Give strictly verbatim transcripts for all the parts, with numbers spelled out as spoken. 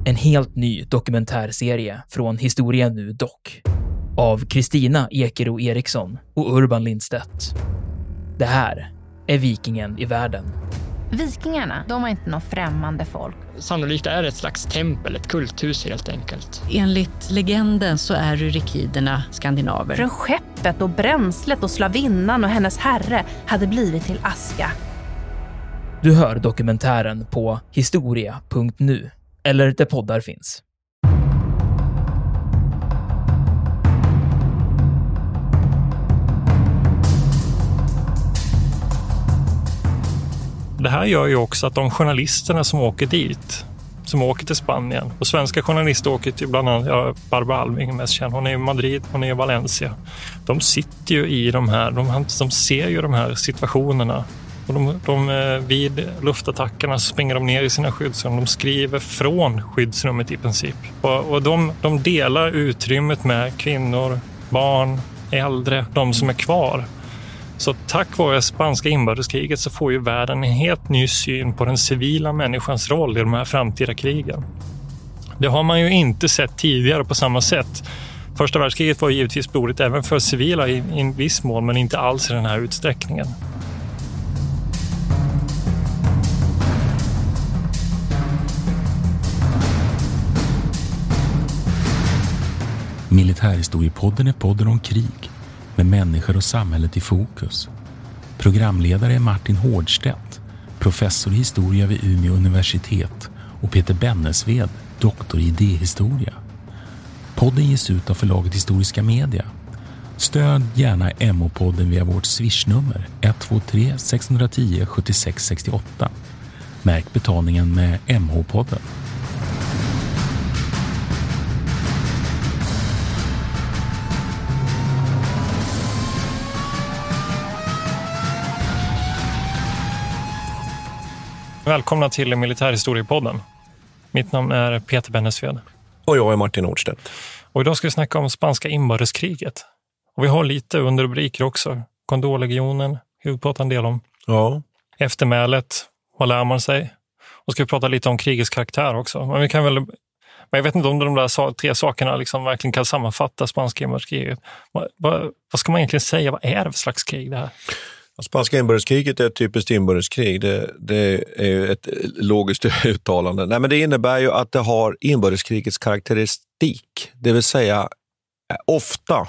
En helt ny dokumentärserie från Historia Nu Dock. Av Kristina Ekero Eriksson och Urban Lindstedt. Det här är Vikingen i världen. Vikingarna, de var inte något främmande folk. Sannolikt är det ett slags tempel, ett kulthus helt enkelt. Enligt legenden så är rykiderna skandinaver. Från skeppet och bränslet och slavinnan och hennes herre hade blivit till aska. Du hör dokumentären på historia punkt nu eller där poddar finns. Det här gör ju också att de journalisterna som åker dit, som åker till Spanien, och svenska journalister åker till bland annat, ja, Barbara Alving mest känd, hon är i Madrid, hon är i Valencia. De sitter ju i de här, de, de ser ju de här situationerna. Och de, de, vid luftattackerna springer de ner i sina skyddsrum. De skriver från skyddsrummet i princip. Och, och de, de delar utrymmet med kvinnor, barn, äldre, de som är kvar. Så tack vare spanska inbördeskriget så får ju världen en helt ny syn på den civila människans roll i de här framtida krigen. Det har man ju inte sett tidigare på samma sätt. Första världskriget var givetvis blodigt även för civila i, i en viss mån, men inte alls i den här utsträckningen. Militärhistoriepodden är podden om krig med människor och samhället i fokus. Programledare är Martin Hårdstedt, professor i historia vid Umeå universitet, och Peter Bennesved, doktor i idéhistoria. Podden ges ut av förlaget Historiska Media. Stöd gärna M O-podden via vårt swishnummer ett två tre sex ett noll sju sex sex åtta. Märk betalningen med M H-podden. Välkomna till Militärhistoriepodden. Mitt namn är Peter Bennesved. Och jag är Martin Hårdstedt. Och idag ska vi snacka om spanska inbördeskriget. Och vi har lite underrubriker också. Condorlegionen, hur pratar en del om. Ja. Eftermälet, vad lär man sig? Och ska vi prata lite om krigets karaktär också. Men vi kan väl... Men jag vet inte om de där tre sakerna liksom verkligen kan sammanfatta spanska inbördeskriget. Vad, vad, vad ska man egentligen säga? Vad är det för slags krig det här? Spanska inbördeskriget är ett typiskt inbördeskrig. Det, det är ju ett logiskt uttalande. Nej, men det innebär ju att det har inbördeskrigets karaktäristik. Det vill säga ofta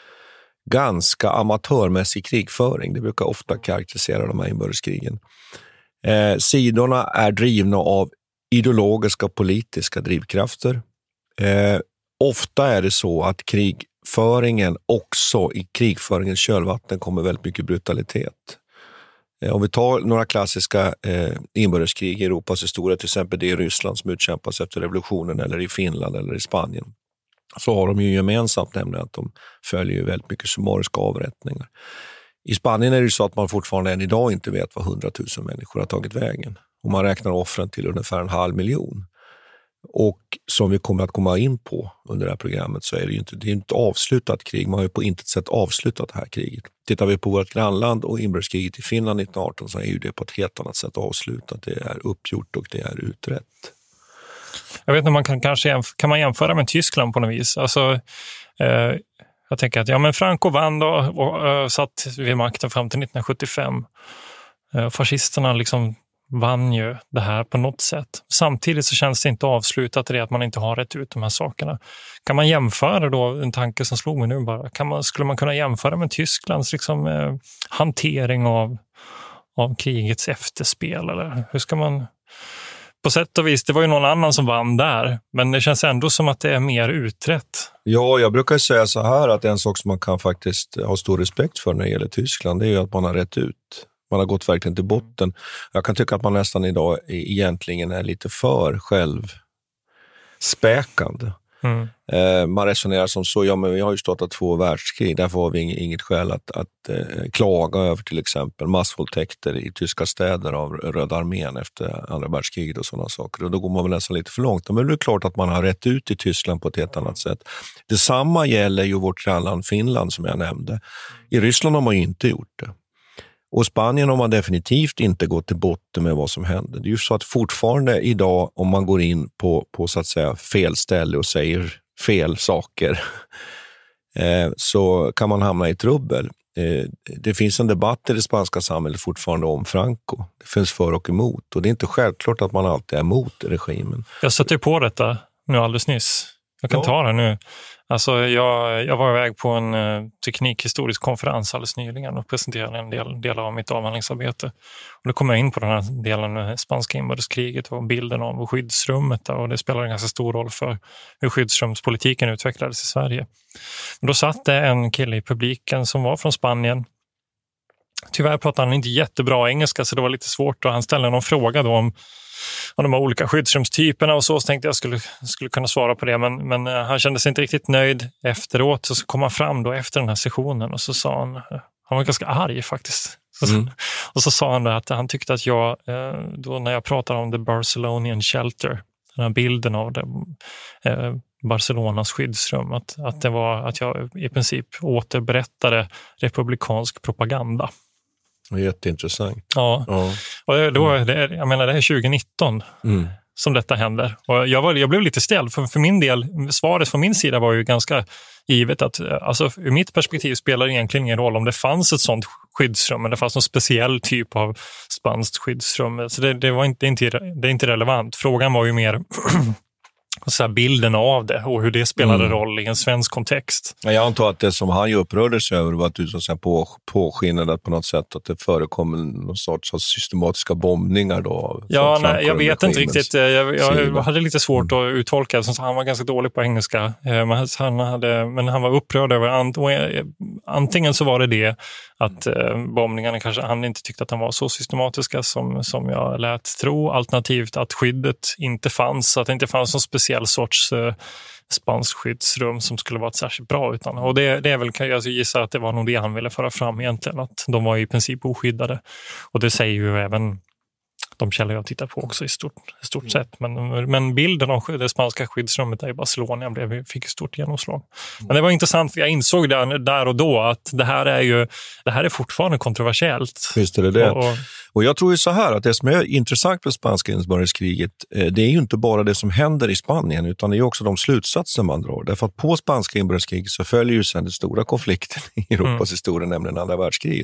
ganska amatörmässig krigföring. Det brukar ofta karaktärisera de här inbördeskrigen. Eh, sidorna är drivna av ideologiska och politiska drivkrafter. Eh, ofta är det så att krig Föringen också i krigföringens kölvatten kommer väldigt mycket brutalitet. Eh, om vi tar några klassiska eh, inbördeskrig i Europas historia, till exempel det i Ryssland som utkämpas efter revolutionen, eller i Finland eller i Spanien, så har de ju gemensamt nämligen att de följer ju väldigt mycket summariska avrättningar. I Spanien är det ju så att man fortfarande än idag inte vet vad hundratusen människor har tagit vägen. Och man räknar offren till ungefär en halv miljon. Och som vi kommer att komma in på under det här programmet så är det ju inte, det är inte avslutat krig. Man har ju på intet sätt avslutat det här kriget. Tittar vi på vårt grannland och inbördeskriget i Finland nittonhundraarton så är ju det på ett helt annat sätt avslutat. Det är uppgjort och det är utrett. Jag vet inte, man kan kanske jämf- kan man jämföra med Tyskland på något vis. Alltså, eh, jag tänker att ja, men Franco vann då och äh, satt vid makten fram till nittonhundrasjuttiofem. Eh, fascisterna liksom vann ju det här på något sätt. Samtidigt så känns det inte avslutat i det att man inte har rätt ut de här sakerna. Kan man jämföra då, en tanke som slog mig nu bara, kan man, skulle man kunna jämföra med Tysklands liksom, eh, hantering av, av krigets efterspel? Eller hur ska man... På sätt och vis, det var ju någon annan som vann där, men det känns ändå som att det är mer utrett. Ja, jag brukar säga så här att en sak som man kan faktiskt ha stor respekt för när det gäller Tyskland, det är ju att man har rätt ut. Man har gått verkligen till botten. Jag kan tycka att man nästan idag egentligen är lite för självspäkande. Mm. Eh, man resonerar som så, ja men vi har ju startat två världskrig, därför har vi inget skäl att, att eh, klaga över till exempel massvåldtäkter i tyska städer av Röda armén efter andra världskriget och sådana saker. Och då går man väl nästan lite för långt. Men det är klart att man har rätt ut i Tyskland på ett helt annat sätt. Detsamma gäller ju vårt grannland Finland som jag nämnde. I Ryssland har man ju inte gjort det. Och Spanien har man definitivt inte gått till botten med vad som hände. Det är ju så att fortfarande idag, om man går in på, på så att säga fel ställe och säger fel saker, eh, så kan man hamna i trubbel. Eh, det finns en debatt i det spanska samhället fortfarande om Franco. Det finns för och emot. Och det är inte självklart att man alltid är emot regimen. Jag satte på detta nu alldeles nyss. Jag kan ja. ta det nu. Alltså jag, jag var iväg på en uh, teknikhistorisk konferens alldeles nyligen och presenterade en del delar av mitt avhandlingsarbete. Och då kom jag in på den här delen med spanska inbördeskriget och bilden av skyddsrummet där, och det spelar en ganska stor roll för hur skyddsrumspolitiken utvecklades i Sverige. Men då satt det en kille i publiken som var från Spanien. Tyvärr pratade han inte jättebra engelska, så det var lite svårt, och han ställde någon fråga då om av de här olika skyddsrumstyperna och så, så tänkte jag skulle, skulle kunna svara på det, men, men han kände sig inte riktigt nöjd efteråt. Så kom han fram då efter den här sessionen och så sa han, han var ganska arg faktiskt, mm. och så sa han då att han tyckte att jag, då när jag pratade om The Barcelonian Shelter, den här bilden av det, Barcelonas skyddsrum, att, att det var att jag i princip återberättade republikansk propaganda. Jätteintressant. Ja, ja. Och då, det, jag menar det är tjugonitton mm. som detta händer. Och jag, var, jag blev lite ställd, för, för min del, svaret från min sida var ju ganska givet att, alltså ur mitt perspektiv spelar det egentligen ingen roll om det fanns ett sånt skyddsrum, men det fanns någon speciell typ av spanskt skyddsrum. Så det, det var inte, inte, det är inte relevant. Frågan var ju mer så här bilden av det och hur det spelade mm. roll i en svensk kontext. Jag antar att det som han ju upprördes över var att du så på, påskinnade på något sätt att det förekom någon sorts av systematiska bombningar då. Ja, nej, jag vet inte riktigt. Jag, jag hade lite svårt mm. att uttolka. Så han var ganska dålig på engelska. Men han, hade, men han var upprörd över antingen så var det det att bombningarna kanske han inte tyckte att de var så systematiska som, som jag lät tro. Alternativt att skyddet inte fanns. Att det inte fanns någon speciell sorts eh, spansk skyddsrum som skulle vara ett särskilt bra. Utan, och det, det är väl, kan jag gissa att det var nog det han ville föra fram egentligen. Att de var i princip oskyddade. Och det säger ju även de källor jag tittar på också i stort, i stort sett. Men, men bilden av det spanska skyddsrummet där i Barcelona blev, fick ett stort genomslag. Men det var intressant, för jag insåg där, där och då att det här är ju det här är fortfarande kontroversiellt. Visst är det det. Och, och, och jag tror ju så här att det som är intressant med spanska inbördeskriget, det är ju inte bara det som händer i Spanien, utan det är också de slutsatser man drar. Därför att på spanska inbördeskriget så följer ju sen den stora konflikten i Europas mm. historia, nämligen andra världskriget.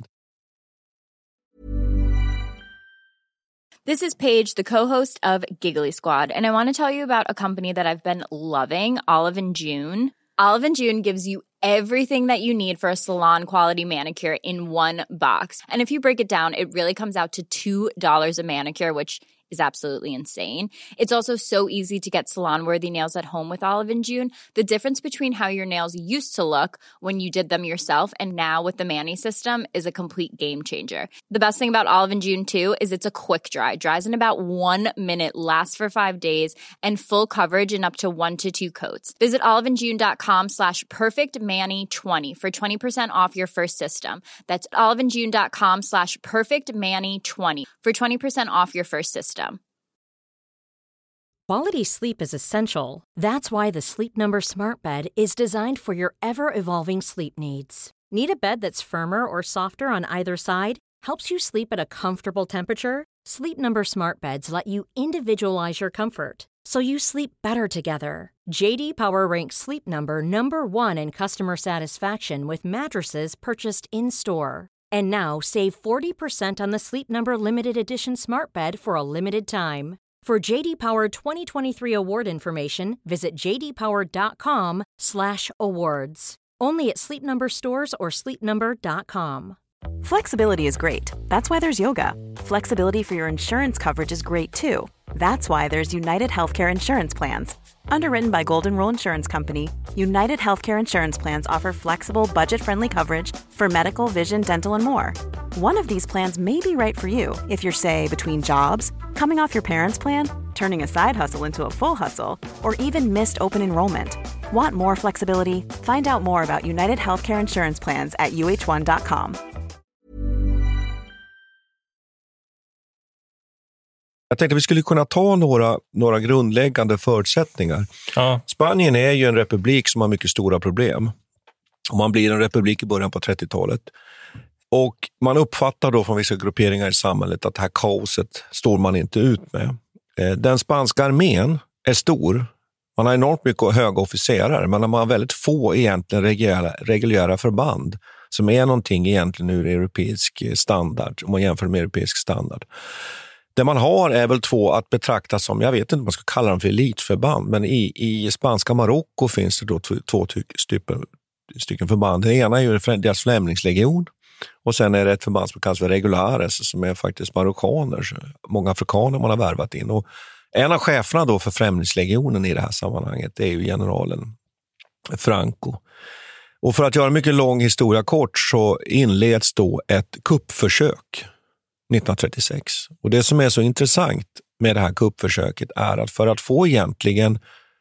This is Paige, the co-host of Giggly Squad, and I want to tell you about a company that I've been loving, Olive and June. Olive and June gives you everything that you need for a salon-quality manicure in one box. And if you break it down, it really comes out to two dollars a manicure, which is absolutely insane. It's also so easy to get salon-worthy nails at home with Olive and June. The difference between how your nails used to look when you did them yourself and now with the Mani system is a complete game changer. The best thing about Olive and June too is it's a quick dry. Dries in about one minute, lasts for five days, and full coverage in up to one to two coats. Visit oliveandjune.com slash perfectmani20 for twenty percent off your first system. That's oliveandjune.com slash perfectmani20 for twenty percent off your first system. Quality sleep is essential. That's why the Sleep Number Smart Bed is designed for your ever-evolving sleep needs. Need a bed that's firmer or softer on either side? Helps you sleep at a comfortable temperature? Sleep Number Smart Beds let you individualize your comfort, so you sleep better together. J D Power ranks Sleep Number number one in customer satisfaction with mattresses purchased in-store. And now, save forty percent on the Sleep Number Limited Edition Smart Bed for a limited time. For J D Power twenty twenty-three award information, visit jdpower.com slash awards. Only at Sleep Number stores or sleep number dot com. Flexibility is great. That's why there's yoga. Flexibility for your insurance coverage is great too. That's why there's United Healthcare Insurance Plans. Underwritten by Golden Rule Insurance Company, United Healthcare Insurance Plans offer flexible, budget-friendly coverage for medical, vision, dental, and more. One of these plans may be right for you if you're, say, between jobs, coming off your parents' plan, turning a side hustle into a full hustle, or even missed open enrollment. Want more flexibility? Find out more about United Healthcare Insurance Plans at u h one dot com. Jag tänkte att vi skulle kunna ta några, några grundläggande förutsättningar. Ja. Spanien är ju en republik som har mycket stora problem. Och man blir en republik i början på trettiotalet. Och man uppfattar då från vissa grupperingar i samhället att det här kaoset står man inte ut med. Den spanska armén är stor. Man har enormt mycket höga officerare, men man har väldigt få egentligen reguljära, reguljära förband som är någonting egentligen ur europeisk standard, om man jämför med europeisk standard. Det man har är väl två att betrakta som, jag vet inte om man ska kalla dem för elitförband, men i, i spanska Marocko finns det då två, två stycken, stycken förband. Det ena är ju deras främlingslegion och sen är det ett förband som kallas för regulares som är faktiskt marockaner, många afrikaner man har värvat in. Och en av cheferna då för främlingslegionen i det här sammanhanget det är ju generalen Franco. Och för att göra en mycket lång historia kort så inleds då ett kuppförsök nittonhundratrettiosex. Och det som är så intressant med det här kuppförsöket är att för att få egentligen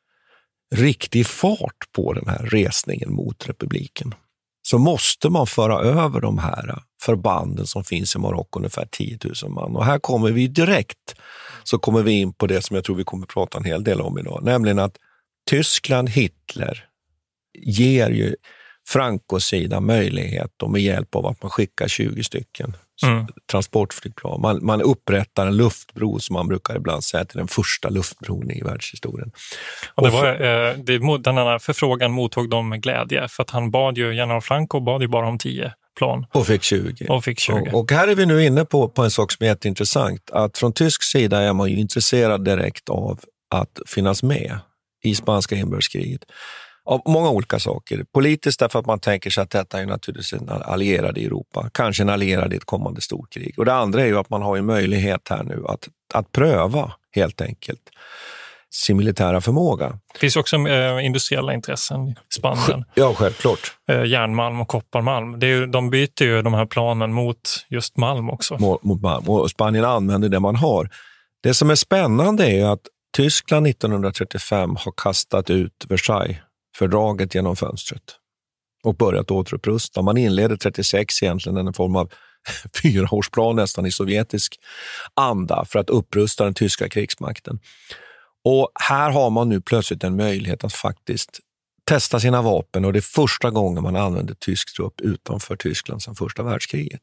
riktig fart på den här resningen mot republiken så måste man föra över de här förbanden som finns i Marocko, ungefär tio tusen man. Och här kommer vi direkt så kommer vi in på det som jag tror vi kommer att prata en hel del om idag. Nämligen att Tyskland, Hitler ger ju Francos sida möjlighet och med hjälp av att man skickar tjugo stycken mm. transportflygplan. Man, man upprättar en luftbro som man brukar ibland säga till den första luftbron i världshistorien. Och det var, eh, det, den här förfrågan mottog de med glädje för att han bad ju, general Franco bad ju bara om tio plan. Och fick tjugo. Och, fick tjugo. och, och här är vi nu inne på, på en sak som är jätteintressant. Att från tysk sida är man ju intresserad direkt av att finnas med i spanska inbördeskriget. Av många olika saker. Politiskt därför att man tänker sig att detta är naturligtvis en allierad i Europa. Kanske en allierad i ett kommande storkrig. Och det andra är ju att man har en möjlighet här nu att, att pröva helt enkelt sin militära förmåga. Det finns också äh, industriella intressen i Spanien. Ja, självklart. Äh, järnmalm och kopparmalm. Det är ju, de byter ju de här planen mot just malm också. Mot, mot malm. Och Spanien använder det man har. Det som är spännande är att Tyskland nittonhundratrettiofem har kastat ut Versailles fördraget genom fönstret och börjat återupprusta. Man inleder trettiosex egentligen en form av fyraårsplan nästan i sovjetisk anda för att upprusta den tyska krigsmakten. Och här har man nu plötsligt en möjlighet att faktiskt testa sina vapen och det är första gången man använder tysk trupp utanför Tyskland sedan första världskriget.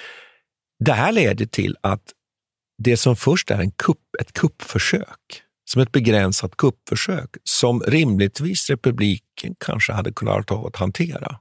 Det här leder till att det som först är en kupp, ett kuppförsök som ett begränsat kuppförsök som rimligtvis republiken kanske hade kunnat ta att hantera.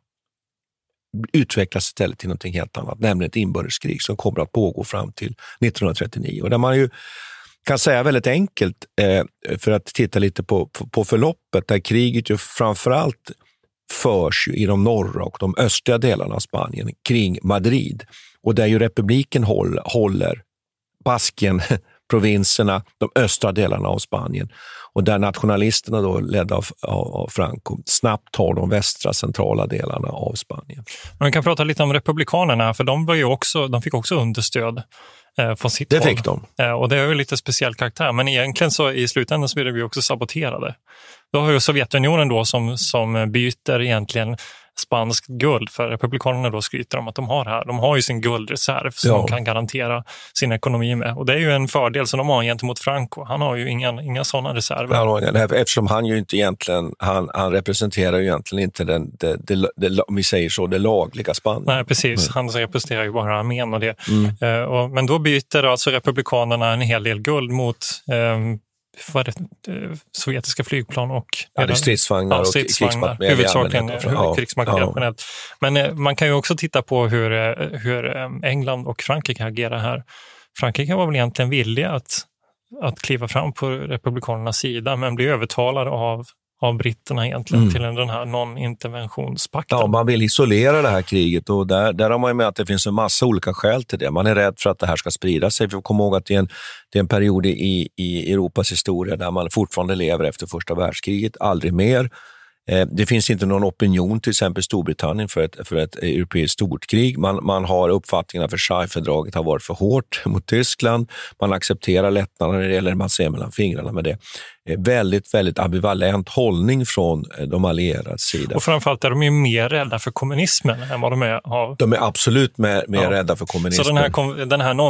Utvecklas istället till något helt annat, nämligen ett inbördeskrig som kommer att pågå fram till nittonhundratrettionio. Och där man ju kan säga väldigt enkelt, eh, för att titta lite på, på, på förloppet, där kriget ju framförallt förs ju i de norra och de östliga delarna av Spanien kring Madrid. Och där ju republiken håll, håller Baskien, provinserna, de östra delarna av Spanien. Och där nationalisterna då ledda av, av, av Franco snabbt tar de västra centrala delarna av Spanien. Man kan prata lite om republikanerna, för de, var ju också, de fick också understöd eh, från sitt det håll. Fick de. Eh, och det är ju lite speciell karaktär, men egentligen så i slutändan så blir vi också saboterade. Då har ju Sovjetunionen då som, som byter egentligen spanskt guld, för republikanerna då skryter om att de har här. De har ju sin guldreserv som ja. de kan garantera sin ekonomi med. Och det är ju en fördel som de har gentemot Franco. Han har ju inga, inga sådana reserver. Ja, eftersom han ju inte egentligen, han, han representerar ju egentligen inte den, det, det, det, om vi säger så, det lagliga Spanien. Nej, precis. Mm. Han representerar ju bara armén och det. Mm. Uh, och, men då byter alltså republikanerna en hel del guld mot um, vad är det, sovjetiska flygplan och ja, det är stridsvagnar, ja, stridsvagnar och krigsmateriel. Huvudsakligen ja, krigsmateriel. Ja. Men eh, man kan ju också titta på hur, hur England och Frankrike agerar här. Frankrike var väl egentligen villiga att, att kliva fram på republikanernas sida, men blir övertalade av av britterna egentligen mm. till den här non-interventionspakten. Ja, man vill isolera det här kriget och där, där har man ju med att det finns en massa olika skäl till det. Man är rädd för att det här ska sprida sig. Vi får komma ihåg att det är en, det är en period i, i Europas historia där man fortfarande lever efter första världskriget, aldrig mer. Eh, det finns inte någon opinion till exempel i Storbritannien för ett, för ett europeiskt storkrig. Man, man har uppfattningen att Versailles-fördraget har varit för hårt mot Tyskland. Man accepterar lättnader när det gäller, man ser mellan fingrarna med det. Väldigt, väldigt ambivalent hållning från de allierades sida. Och framförallt är de ju mer rädda för kommunismen än vad de är av. De är absolut mer, mer ja. rädda för kommunismen. Så den här, den här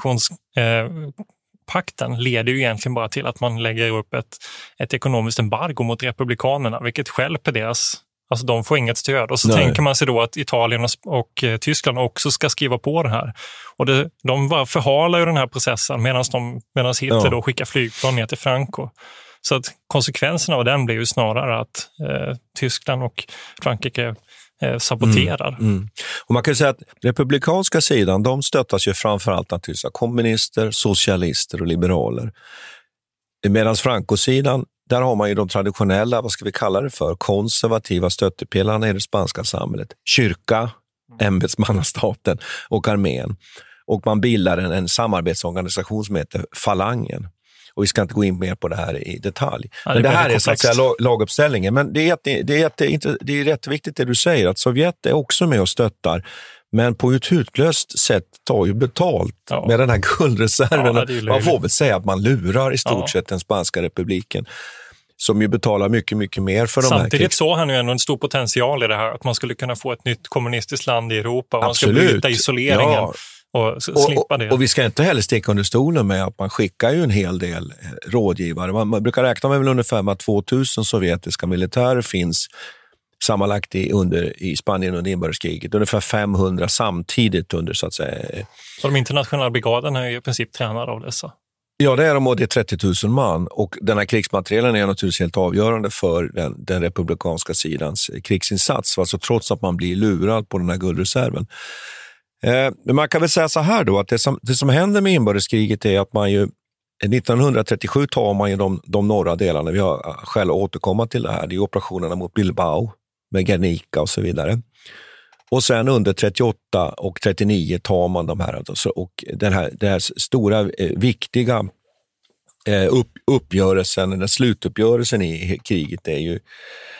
non-interventionspakten eh, leder ju egentligen bara till att man lägger upp ett, ett ekonomiskt embargo mot republikanerna, vilket hjälper deras Alltså de får inget stöd. Och så Nej. tänker man sig då att Italien och, och eh, Tyskland också ska skriva på det här. Och det, de bara förhalar ju den här processen medan de, medan Hitler Ja. då skickar flygplan ner till Franco. Så att konsekvenserna av den blir ju snarare att eh, Tyskland och Frankrike eh, saboterar. Mm, mm. Och man kan säga att republikanska sidan, de stöttas ju framförallt naturligtvis av kommunister, socialister och liberaler. Medan Franco-sidan, där har man ju de traditionella, vad ska vi kalla det för, konservativa stöttepelarna i det spanska samhället. Kyrka, ämbetsmannastaten och armén. Och man bildar en, en samarbetsorganisation som heter Falangen. Och vi ska inte gå in mer på det här i detalj. Ja, det men det här är komplext. så att säga lag, laguppställningen. Men det är, jätte, det, är jätte, det är rätt viktigt det du säger, att Sovjet är också med och stöttar. Men på ett hutlöst sätt tar ju betalt ja. med den här guldreserven. Ja, man får väl säga att man lurar i stort ja. sett den spanska republiken. Som ju betalar mycket, mycket mer för de här. Samtidigt så har han ju ändå en stor potential i det här. Att man skulle kunna få ett nytt kommunistiskt land i Europa. Och man ska bryta isoleringen. Ja. Och, slippa och, det. och vi ska inte heller sticka under stolen med att man skickar ju en hel del rådgivare. Man, man brukar räkna med väl ungefär med att tvåtusen sovjetiska militärer finns sammanlagt i, under, i Spanien under inbördeskriget. Ungefär femhundra samtidigt under så att säga. Så de internationella brigaderna är ju i princip tränade av dessa. Ja, det är de och det är trettio tusen man. Och den här krigsmaterielen är naturligtvis helt avgörande för den, den republikanska sidans krigsinsats. Alltså trots att man blir lurad på den här guldreserven. Eh, men man kan väl säga så här då, att det som, det som händer med inbördeskriget är att man ju nittonhundratrettiosju tar man ju de, de norra delarna. Vi har själv återkommit till det här. Det är operationerna mot Bilbao med Guernica och så vidare. Och sen under trettioåtta och trettionio tar man de här. Och den här, den här stora, eh, viktiga eh, upp, uppgörelsen, den slutuppgörelsen i kriget är ju,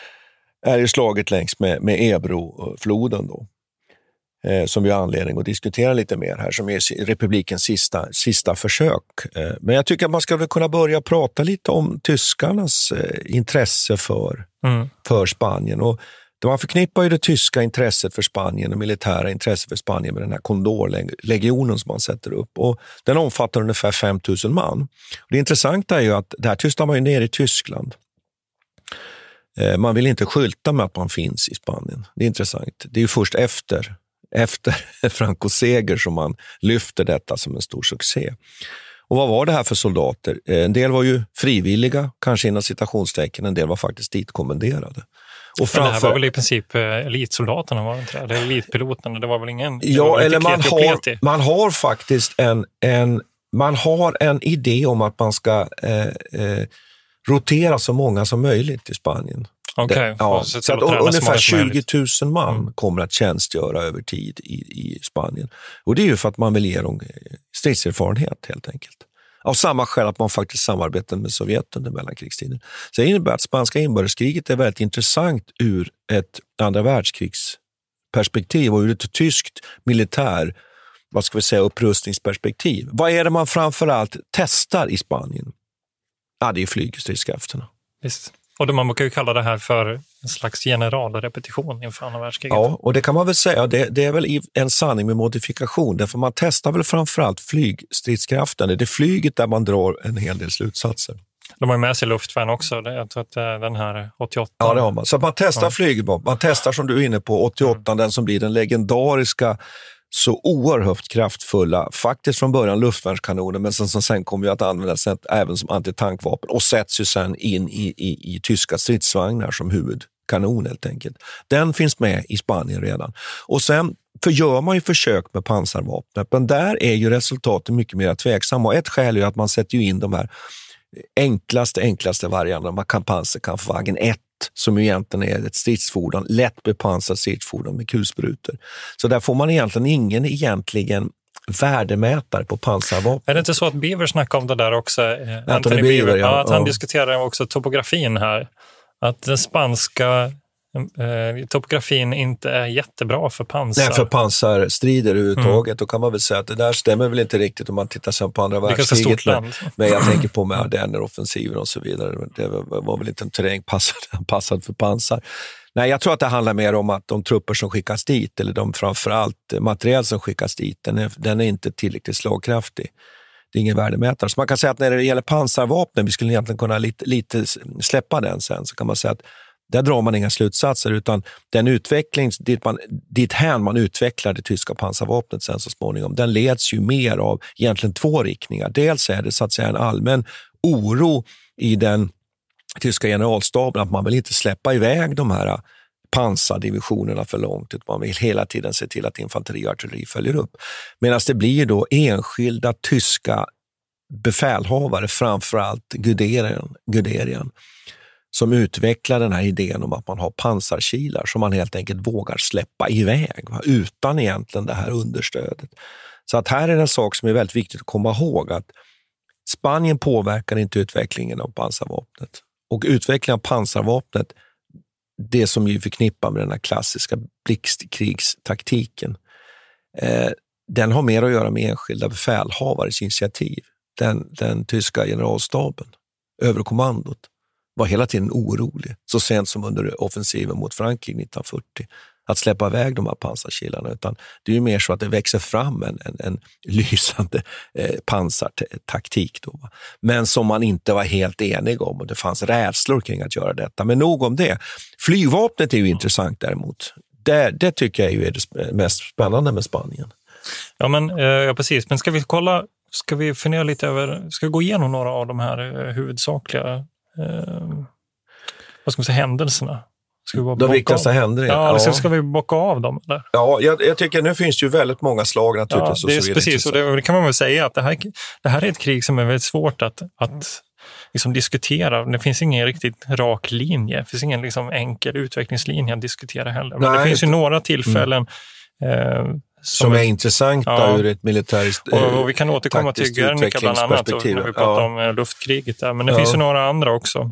är ju slaget längs med, med Ebro-floden då. Eh, som vi har anledning att diskutera lite mer här, som är republikens sista, sista försök. Eh, men jag tycker att man ska väl kunna börja prata lite om tyskarnas eh, intresse för, mm. för Spanien. Och man förknippar ju det tyska intresset för Spanien och militära intresset för Spanien med den här Condorlegionen som man sätter upp. Och den omfattar ungefär fem tusen man. Och det intressanta är ju att det här tystar man ju ner i Tyskland. Eh, man vill inte skylta med att man finns i Spanien. Det är intressant. Det är ju först efter Efter Francos seger som man lyfter detta som en stor succé. Och vad var det här för soldater? En del var ju frivilliga, kanske inom citationstecken, en del var faktiskt ditkommenderade. Och framför... Men det här var väl i princip elitsoldaterna, var det inte det? Det är elitpiloterna, det var väl ingen... Ja, eller man har, man har faktiskt en, en, man har en idé om att man ska eh, eh, rotera så många som möjligt i Spanien. Okay, ja, så, så att ungefär tjugo tusen man mm. kommer att tjänstgöra över tid i, i Spanien. Och det är ju för att man vill ge dem stridserfarenhet helt enkelt. Av samma skäl att man faktiskt samarbetar med Sovjet under mellankrigstiden. Så det innebär att spanska inbördeskriget är väldigt intressant ur ett andra världskrigsperspektiv och ur ett tyskt militär, vad ska vi säga, upprustningsperspektiv. Vad är det man framförallt testar i Spanien? Ja, det är flygstridskrafterna. Visst. Och man kan ju kalla det här för en slags generalrepetition inför andra världskriget. Ja, och det kan man väl säga, det, det är väl en sanning med modifikation. Därför man testar väl framförallt flygstridskraften. Det är flyget där man drar en hel del slutsatser. De har ju med sig luftvärn också, jag tror att det är den här åttioåtta. Ja, det har man. Så att man testar ja. flygbombs. Man testar, som du är inne på, åttioåtta, mm. den som blir den legendariska, så oerhört kraftfulla, faktiskt från början luftvärnskanoner, men som, som sen kommer ju att användas även som antitankvapen och sätts ju sen in i, i, i tyska stridsvagnar som huvudkanon helt enkelt. Den finns med i Spanien redan. Och sen förgör man ju försök med pansarvapnet, men där är ju resultatet mycket mer tveksamma. Och ett skäl är ju att man sätter ju in de här enklaste, enklaste varianterna. Man kan Panzerkampfwagen ett, som ju egentligen är ett stridsfordon, lätt bepansrat stridsfordon med kulsprutor. Så där får man egentligen ingen egentligen värdemätare på pansarvapen. Är det inte så att Beaver snackade om det där också? Eh, Anthony, Anthony Beaver, Beaver, ja. ja, att han ja. diskuterar också topografin här. Att den spanska eh, topografin inte är jättebra för pansar. Nej, för pansarstrider överhuvudtaget. Mm. Då kan man väl säga att det där stämmer väl inte riktigt om man tittar sen på andra världskriget. Men, men jag tänker på med Ardenner-offensiven och så vidare. Det var, var väl inte en terräng passad, passad för pansar. Nej, jag tror att det handlar mer om att de trupper som skickas dit, eller de framförallt material som skickas dit, den är, den är inte tillräckligt slagkraftig. Det är ingen värdemätare. Så man kan säga att när det gäller pansarvapnen, vi skulle egentligen kunna lite, lite släppa den sen, så kan man säga att Där drar man inga slutsatser, utan den utveckling dit, man, dit hän man utvecklar det tyska pansarvapnet sen så småningom, den leds ju mer av egentligen två riktningar. Dels är det så att säga en allmän oro i den tyska generalstaben att man vill inte släppa iväg de här pansardivisionerna för långt, utan man vill hela tiden se till att infanteri och artilleri följer upp. Medan det blir då enskilda tyska befälhavare, framförallt Guderian, Guderian, som utvecklar den här idén om att man har pansarkilar som man helt enkelt vågar släppa iväg, va? Utan egentligen det här understödet. Så att här är en sak som är väldigt viktigt att komma ihåg, att Spanien påverkar inte utvecklingen av pansarvapnet. Och utvecklingen av pansarvapnet, det som vi förknippar med den här klassiska blixtkrigstaktiken, eh, den har mer att göra med enskilda befälhavares initiativ. Den, den tyska generalstaben, överkommandot, var hela tiden orolig, så sent som under offensiven mot Frankrike nittonhundrafyrtio, att släppa iväg de här pansarkilarna, utan det är ju mer så att det växer fram en, en, en lysande eh, pansartaktik då, va? Men som man inte var helt enig om, och det fanns rädslor kring att göra detta. Men nog om det. Flygvapnet är ju intressant däremot. Det, det tycker jag är det mest spännande med Spanien. Ja, men eh, ja, precis. Men ska vi kolla, ska vi fundera lite över, ska vi gå igenom några av de här eh, huvudsakliga eh, vad ska man säga, händelserna? De viktigaste händelserna. Ja, ja. Ska vi bocka av dem? Eller? Ja, jag, jag tycker nu finns ju väldigt många slag naturligtvis. Ja, det är, och så precis, och det, och det kan man väl säga att det här, det här är ett krig som är väldigt svårt att, att liksom diskutera. Det finns ingen riktigt rak linje. Det finns ingen liksom enkel utvecklingslinje att diskutera heller. Men Nej, det finns ju några tillfällen mm. eh, som, som är intressanta ja, ur ett militäriskt och, och vi kan återkomma till Guernica bland annat och när vi pratar ja. om luftkriget där. Men det ja. finns ju några andra också.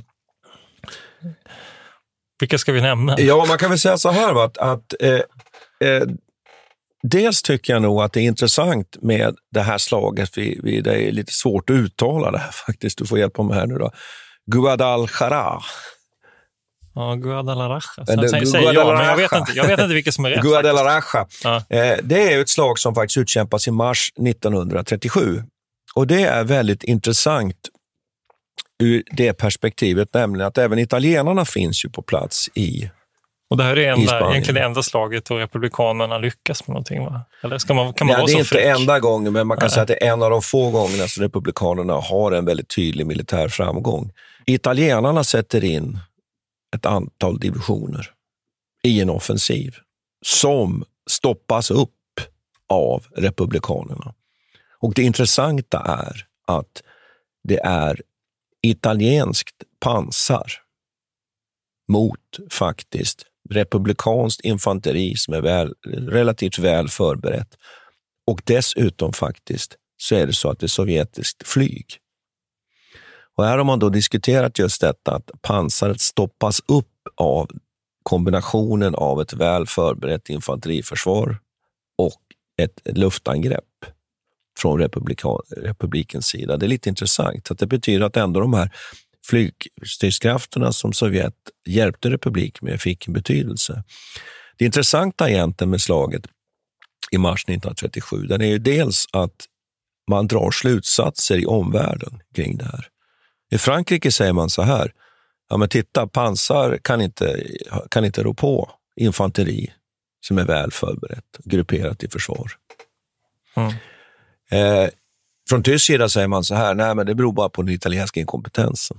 Vilka ska vi nämna? Ja, man kan väl säga så här, va, att, att eh, eh, dels tycker jag nog att det är intressant med det här slaget, vi, vi, det är lite svårt att uttala det här faktiskt, du får hjälpa mig här nu då. Guadalajara. Ja, Guadalajara. Säger jag, men jag vet inte, jag vet inte vilket som är rätt. Guadalajara. Ja. Eh, det är ett slag som faktiskt utkämpas i mars nittonhundratrettiosju. Och det är väldigt intressant ur det perspektivet, nämligen att även italienarna finns ju på plats i Och det här är enda, egentligen det enda slaget då republikanerna lyckas med någonting, va? Eller ska man, kan man ja, vara så fräck? Det är inte enda gången, men man kan Nej. säga att det är en av de få gångerna som republikanerna har en väldigt tydlig militär framgång. Italienarna sätter in ett antal divisioner i en offensiv som stoppas upp av republikanerna. Och det intressanta är att det är italienskt pansar mot faktiskt republikanskt infanteri som är väl, relativt väl förberett. Och dessutom faktiskt så är det så att det är sovjetiskt flyg. Och här har man då diskuterat just detta att pansaret stoppas upp av kombinationen av ett väl förberett infanteriförsvar och ett luftangrepp från republikens sida. Det är lite intressant att det betyder att ändå de här flygstridskrafterna som Sovjet hjälpte republik med fick en betydelse. Det intressanta egentligen med slaget i mars nittonhundratrettiosju, den är ju dels att man drar slutsatser i omvärlden kring det här. I Frankrike säger man så här, ja men titta, pansar kan inte, kan inte rå på infanteri som är väl förberett, grupperat i försvar. Mm. Eh, från tysk sida säger man så här, nej men det beror bara på den italienska inkompetensen.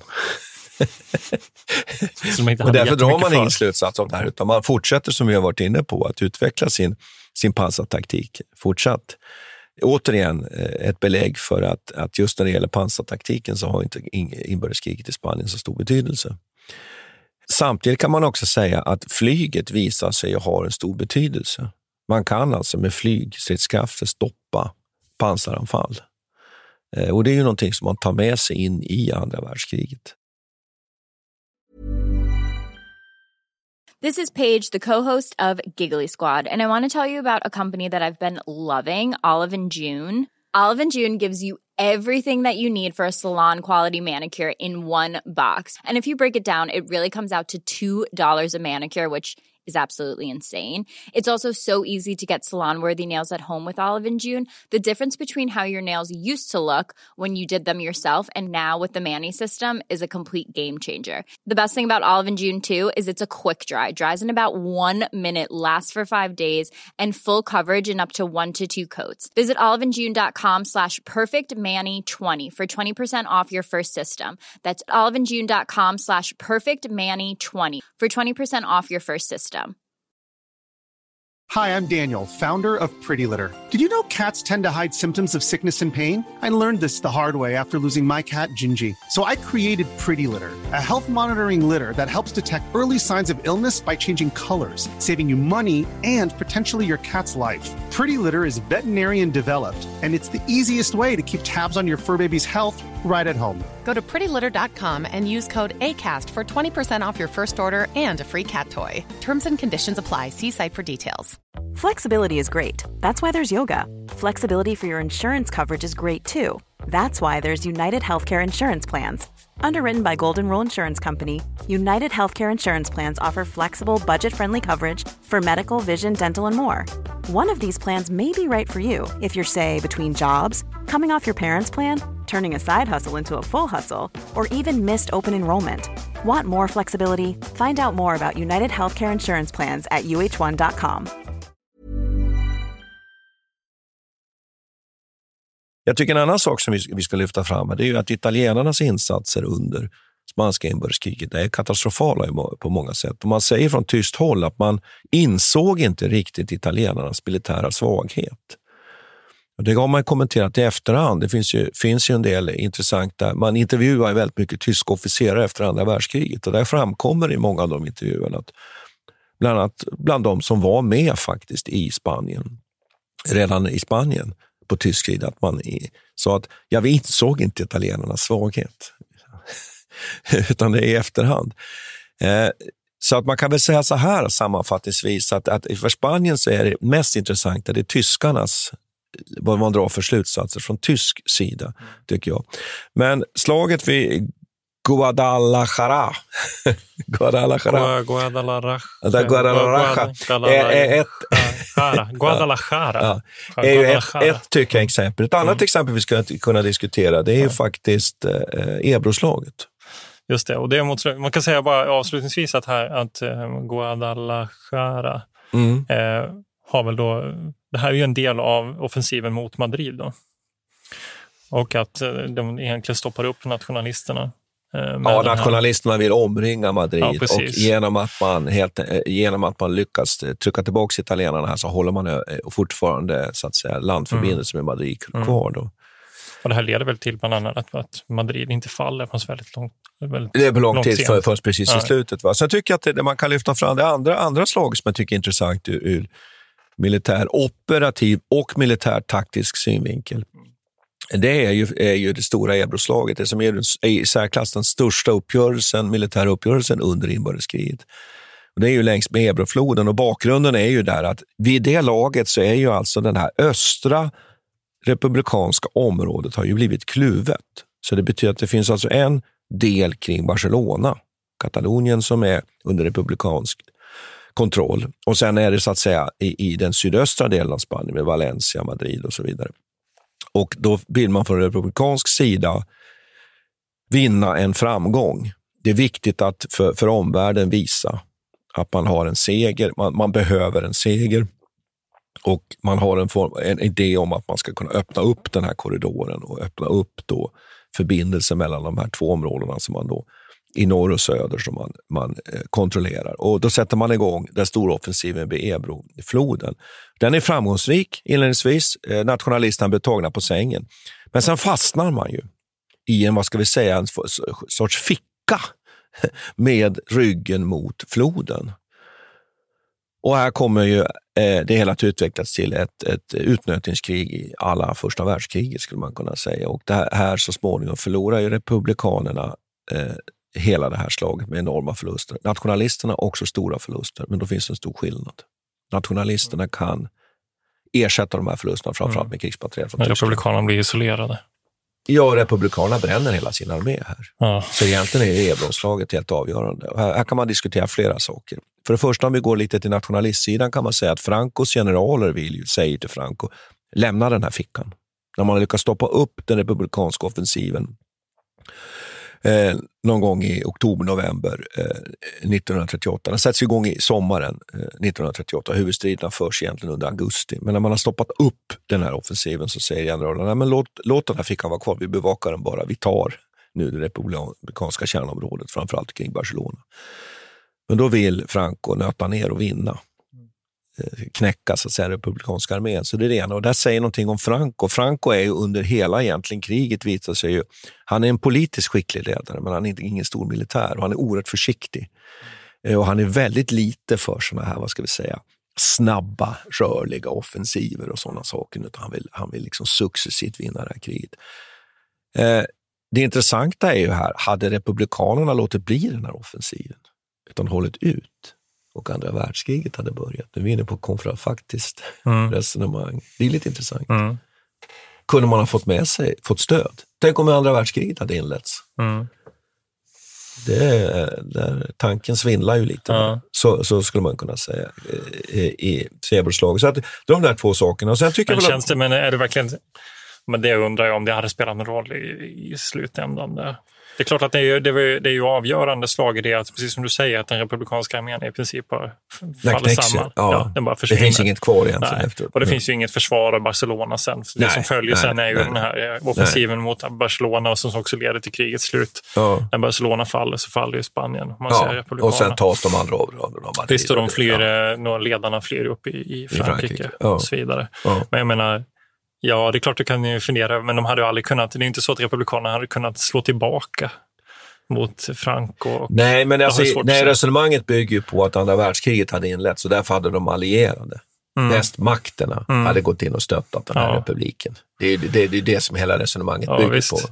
Och därför drar man ingen slutsats av det här, utan man fortsätter, som vi har varit inne på, att utveckla sin, sin pansartaktik fortsatt. Återigen ett belägg för att, att just när det gäller pansartaktiken så har inte inbördeskriget i Spanien så stor betydelse. Samtidigt kan man också säga att flyget visar sig ha en stor betydelse. Man kan alltså med flygstridskrafter stoppa pansaranfall. Och det är ju någonting som man tar med sig in i andra världskriget. This is Paige, the co-host of Giggly Squad, and I want to tell you about a company that I've been loving, Olive and June. Olive and June gives you everything that you need for a salon-quality manicure in one box. And if you break it down, it really comes out to two dollars a manicure, which is absolutely insane. It's also so easy to get salon-worthy nails at home with Olive and June. The difference between how your nails used to look when you did them yourself and now with the Mani system is a complete game changer. The best thing about Olive and June too is it's a quick dry. Dries in about one minute, lasts for five days, and full coverage in up to one to two coats. Visit oliveandjune.com slash perfectmani20 for twenty percent off your first system. That's oliveandjune.com slash perfectmani20 for twenty percent off your first system. Hi, I'm Daniel, founder of Pretty Litter. Did you know cats tend to hide symptoms of sickness and pain? I learned this the hard way after losing my cat, Gingy. So I created Pretty Litter, a health monitoring litter that helps detect early signs of illness by changing colors, saving you money and potentially your cat's life. Pretty Litter is veterinarian developed, and it's the easiest way to keep tabs on your fur baby's health right at home. Go to pretty litter dot com and use code ACAST for twenty percent off your first order and a free cat toy. Terms and conditions apply. See site for details. Flexibility is great. That's why there's yoga. Flexibility for your insurance coverage is great too. That's why there's United Healthcare Insurance Plans. Underwritten by Golden Rule Insurance Company, United Healthcare Insurance Plans offer flexible, budget-friendly coverage for medical, vision, dental, and more. One of these plans may be right for you if you're, say, between jobs, coming off your parents' plan, turning a side hustle into a full hustle, or even missed open enrollment. Want more flexibility? Find out more about United Healthcare Insurance Plans at u h one dot com. Jag tycker en annan sak som vi ska lyfta fram det är ju att italienarnas insatser under spanska inbördeskriget är katastrofala på många sätt. Och man säger från tyst håll att man insåg inte riktigt italienarnas militära svaghet. Och det har man kommenterat i efterhand. Det finns ju, finns ju en del intressanta. Man intervjuar väldigt mycket tyska officerare efter andra världskriget. Och där framkommer i många av de intervjuerna att bland annat bland de som var med faktiskt i Spanien, redan i Spanien på tysk sida, att man sa att ja, vi insåg inte italienarnas svaghet. Utan det är i efterhand. Eh, så att man kan väl säga så här sammanfattningsvis att, att för Spanien så är det mest intressanta det är tyskarnas, vad man drar för slutsatser från tysk sida, tycker jag. Men slaget vid Guadalajara Guadalajara Guadalajara Guadalajara är ett Guadalajara är ju ett, ett tycker jag exempel. Ett annat mm. exempel vi ska kunna diskutera det är ju ja. faktiskt eh, Ebroslaget. Just det, och det är mot, man kan säga bara avslutningsvis att här att eh, Guadalajara mm. eh, har väl då, det här är ju en del av offensiven mot Madrid då. Och att eh, de egentligen stoppar upp nationalisterna. Eh, ja, nationalisterna vill omringa Madrid ja, och genom att man helt, genom att man lyckas trycka tillbaka italienarna här så håller man eh, fortfarande så att säga landförbindelse mm. med Madrid kvar då. Och det här leder väl till bland annat att, att Madrid inte faller på väldigt långt. Väldigt det är på lång tid för, först precis ja. i slutet. Va? Så jag tycker att det, man kan lyfta fram det andra, andra slag som jag tycker är intressant ur, ur militär operativ och militär taktisk synvinkel. Det är ju, är ju det stora Ebroslaget, det som är i särklass den största uppgörelsen, militära uppgörelsen under inbördeskriget. Och det är ju längs med Ebrofloden och bakgrunden är ju där att vid det laget så är ju alltså den här östra republikanska området har ju blivit kluvet. Så det betyder att det finns alltså en del kring Barcelona, Katalonien, som är under republikansk kontroll. Och sen är det så att säga i, i den sydöstra delen av Spanien med Valencia, Madrid och så vidare. Och då vill man från republikansk sida vinna en framgång. Det är viktigt att för, för omvärlden visa att man har en seger. Man, man behöver en seger. Och man har en, form, en idé om att man ska kunna öppna upp den här korridoren och öppna upp då förbindelsen mellan de här två områdena som man då i norr och söder som man, man eh, kontrollerar. Och då sätter man igång den stora offensiven vid Ebrofloden. Den är framgångsrik inledningsvis. Eh, nationalisterna blir tagna på sängen. Men sen fastnar man ju i en, vad ska vi säga, en sorts ficka med ryggen mot floden. Och här kommer ju eh, det hela att utvecklas till ett, ett utnötningskrig i alla första världskriget skulle man kunna säga. Och det här, här så småningom förlorar ju republikanerna eh, hela det här slaget med enorma förluster. Nationalisterna också stora förluster, men då finns en stor skillnad. Nationalisterna kan ersätta de här förlusterna framförallt med krigsmateriel från Republikanerna blir isolerade. Ja, republikanerna bränner hela sin armé här. Ja. Så egentligen är Hebronslaget helt avgörande. Här, här kan man diskutera flera saker. För det första, om vi går lite till nationalistsidan, kan man säga att Francos generaler vill ju, säger till Franco, lämna den här fickan. När man lyckas stoppa upp den republikanska offensiven eh, någon gång i oktober-november eh, nittonhundratrettioåtta. Den sätts igång i sommaren eh, nittonhundratrettioåtta. Huvudstriderna förs egentligen under augusti. Men när man har stoppat upp den här offensiven så säger generalerna, nej men låt, låt den här fickan vara kvar, vi bevakar den bara, vi tar nu det republikanska kärnområdet, framförallt kring Barcelona. Men då vill Franco nöta ner och vinna. Knäcka så att säga republikanska armén. Så det är det ena. Och där säger någonting om Franco. Franco är ju under hela egentligen kriget visar sig ju, han är en politiskt skicklig ledare men han är inte ingen stor militär och han är oerhört försiktig. Och han är väldigt lite för såna här, vad ska vi säga, snabba, rörliga offensiver och sådana saker, utan han vill, han vill liksom successivt vinna det här kriget. Eh, det intressanta är ju här, hade republikanerna låtit bli den här offensiven utan hållit ut och andra världskriget hade börjat. Nu är vi inne på kontrafaktiskt mm. resonemang. Det är lite intressant. Mm. Kunde man ha fått med sig, fått stöd? Tänk om andra världskriget hade inletts. Mm. Det är, där tanken svindlar ju lite. Ja. Så, så skulle man kunna säga i, i Hebronslaget. Så att, det är de där två sakerna. Och sen tycker men jag känns det, men är det verkligen... Men det undrar jag om det hade spelat en roll i, i slutändan där. Det är klart att det är, det är, det är ju avgörande slag i det att, precis som du säger, att den republikanska armén i princip bara faller samman. Ja. Ja, den bara det finns inget kvar egentligen. Nej. Efter. Och det mm. finns ju inget försvar av Barcelona sen. Det nej, som följer nej, sen är ju nej, den här offensiven nej. mot Barcelona och som också leder till krigets slut. Ja. När Barcelona faller så faller ju Spanien. Man ja. ser republikanerna. Och sen tas de andra områdena. Visst, och de flyr, ja. några ledarna flyr upp i, i Frankrike, I Frankrike. Ja. och så vidare. Ja. Men jag menar, ja, det är klart du kan ju fundera, men de hade ju aldrig kunnat, det är inte så att republikanerna hade kunnat slå tillbaka mot Franco. Nej, men alltså, nej, resonemanget bygger ju på att andra världskriget hade inlett, så därför hade de allierade. Mm. Västmakterna mm. hade gått in och stöttat den här ja. republiken. Det är det, det, är det som hela resonemanget ja, bygger visst. på.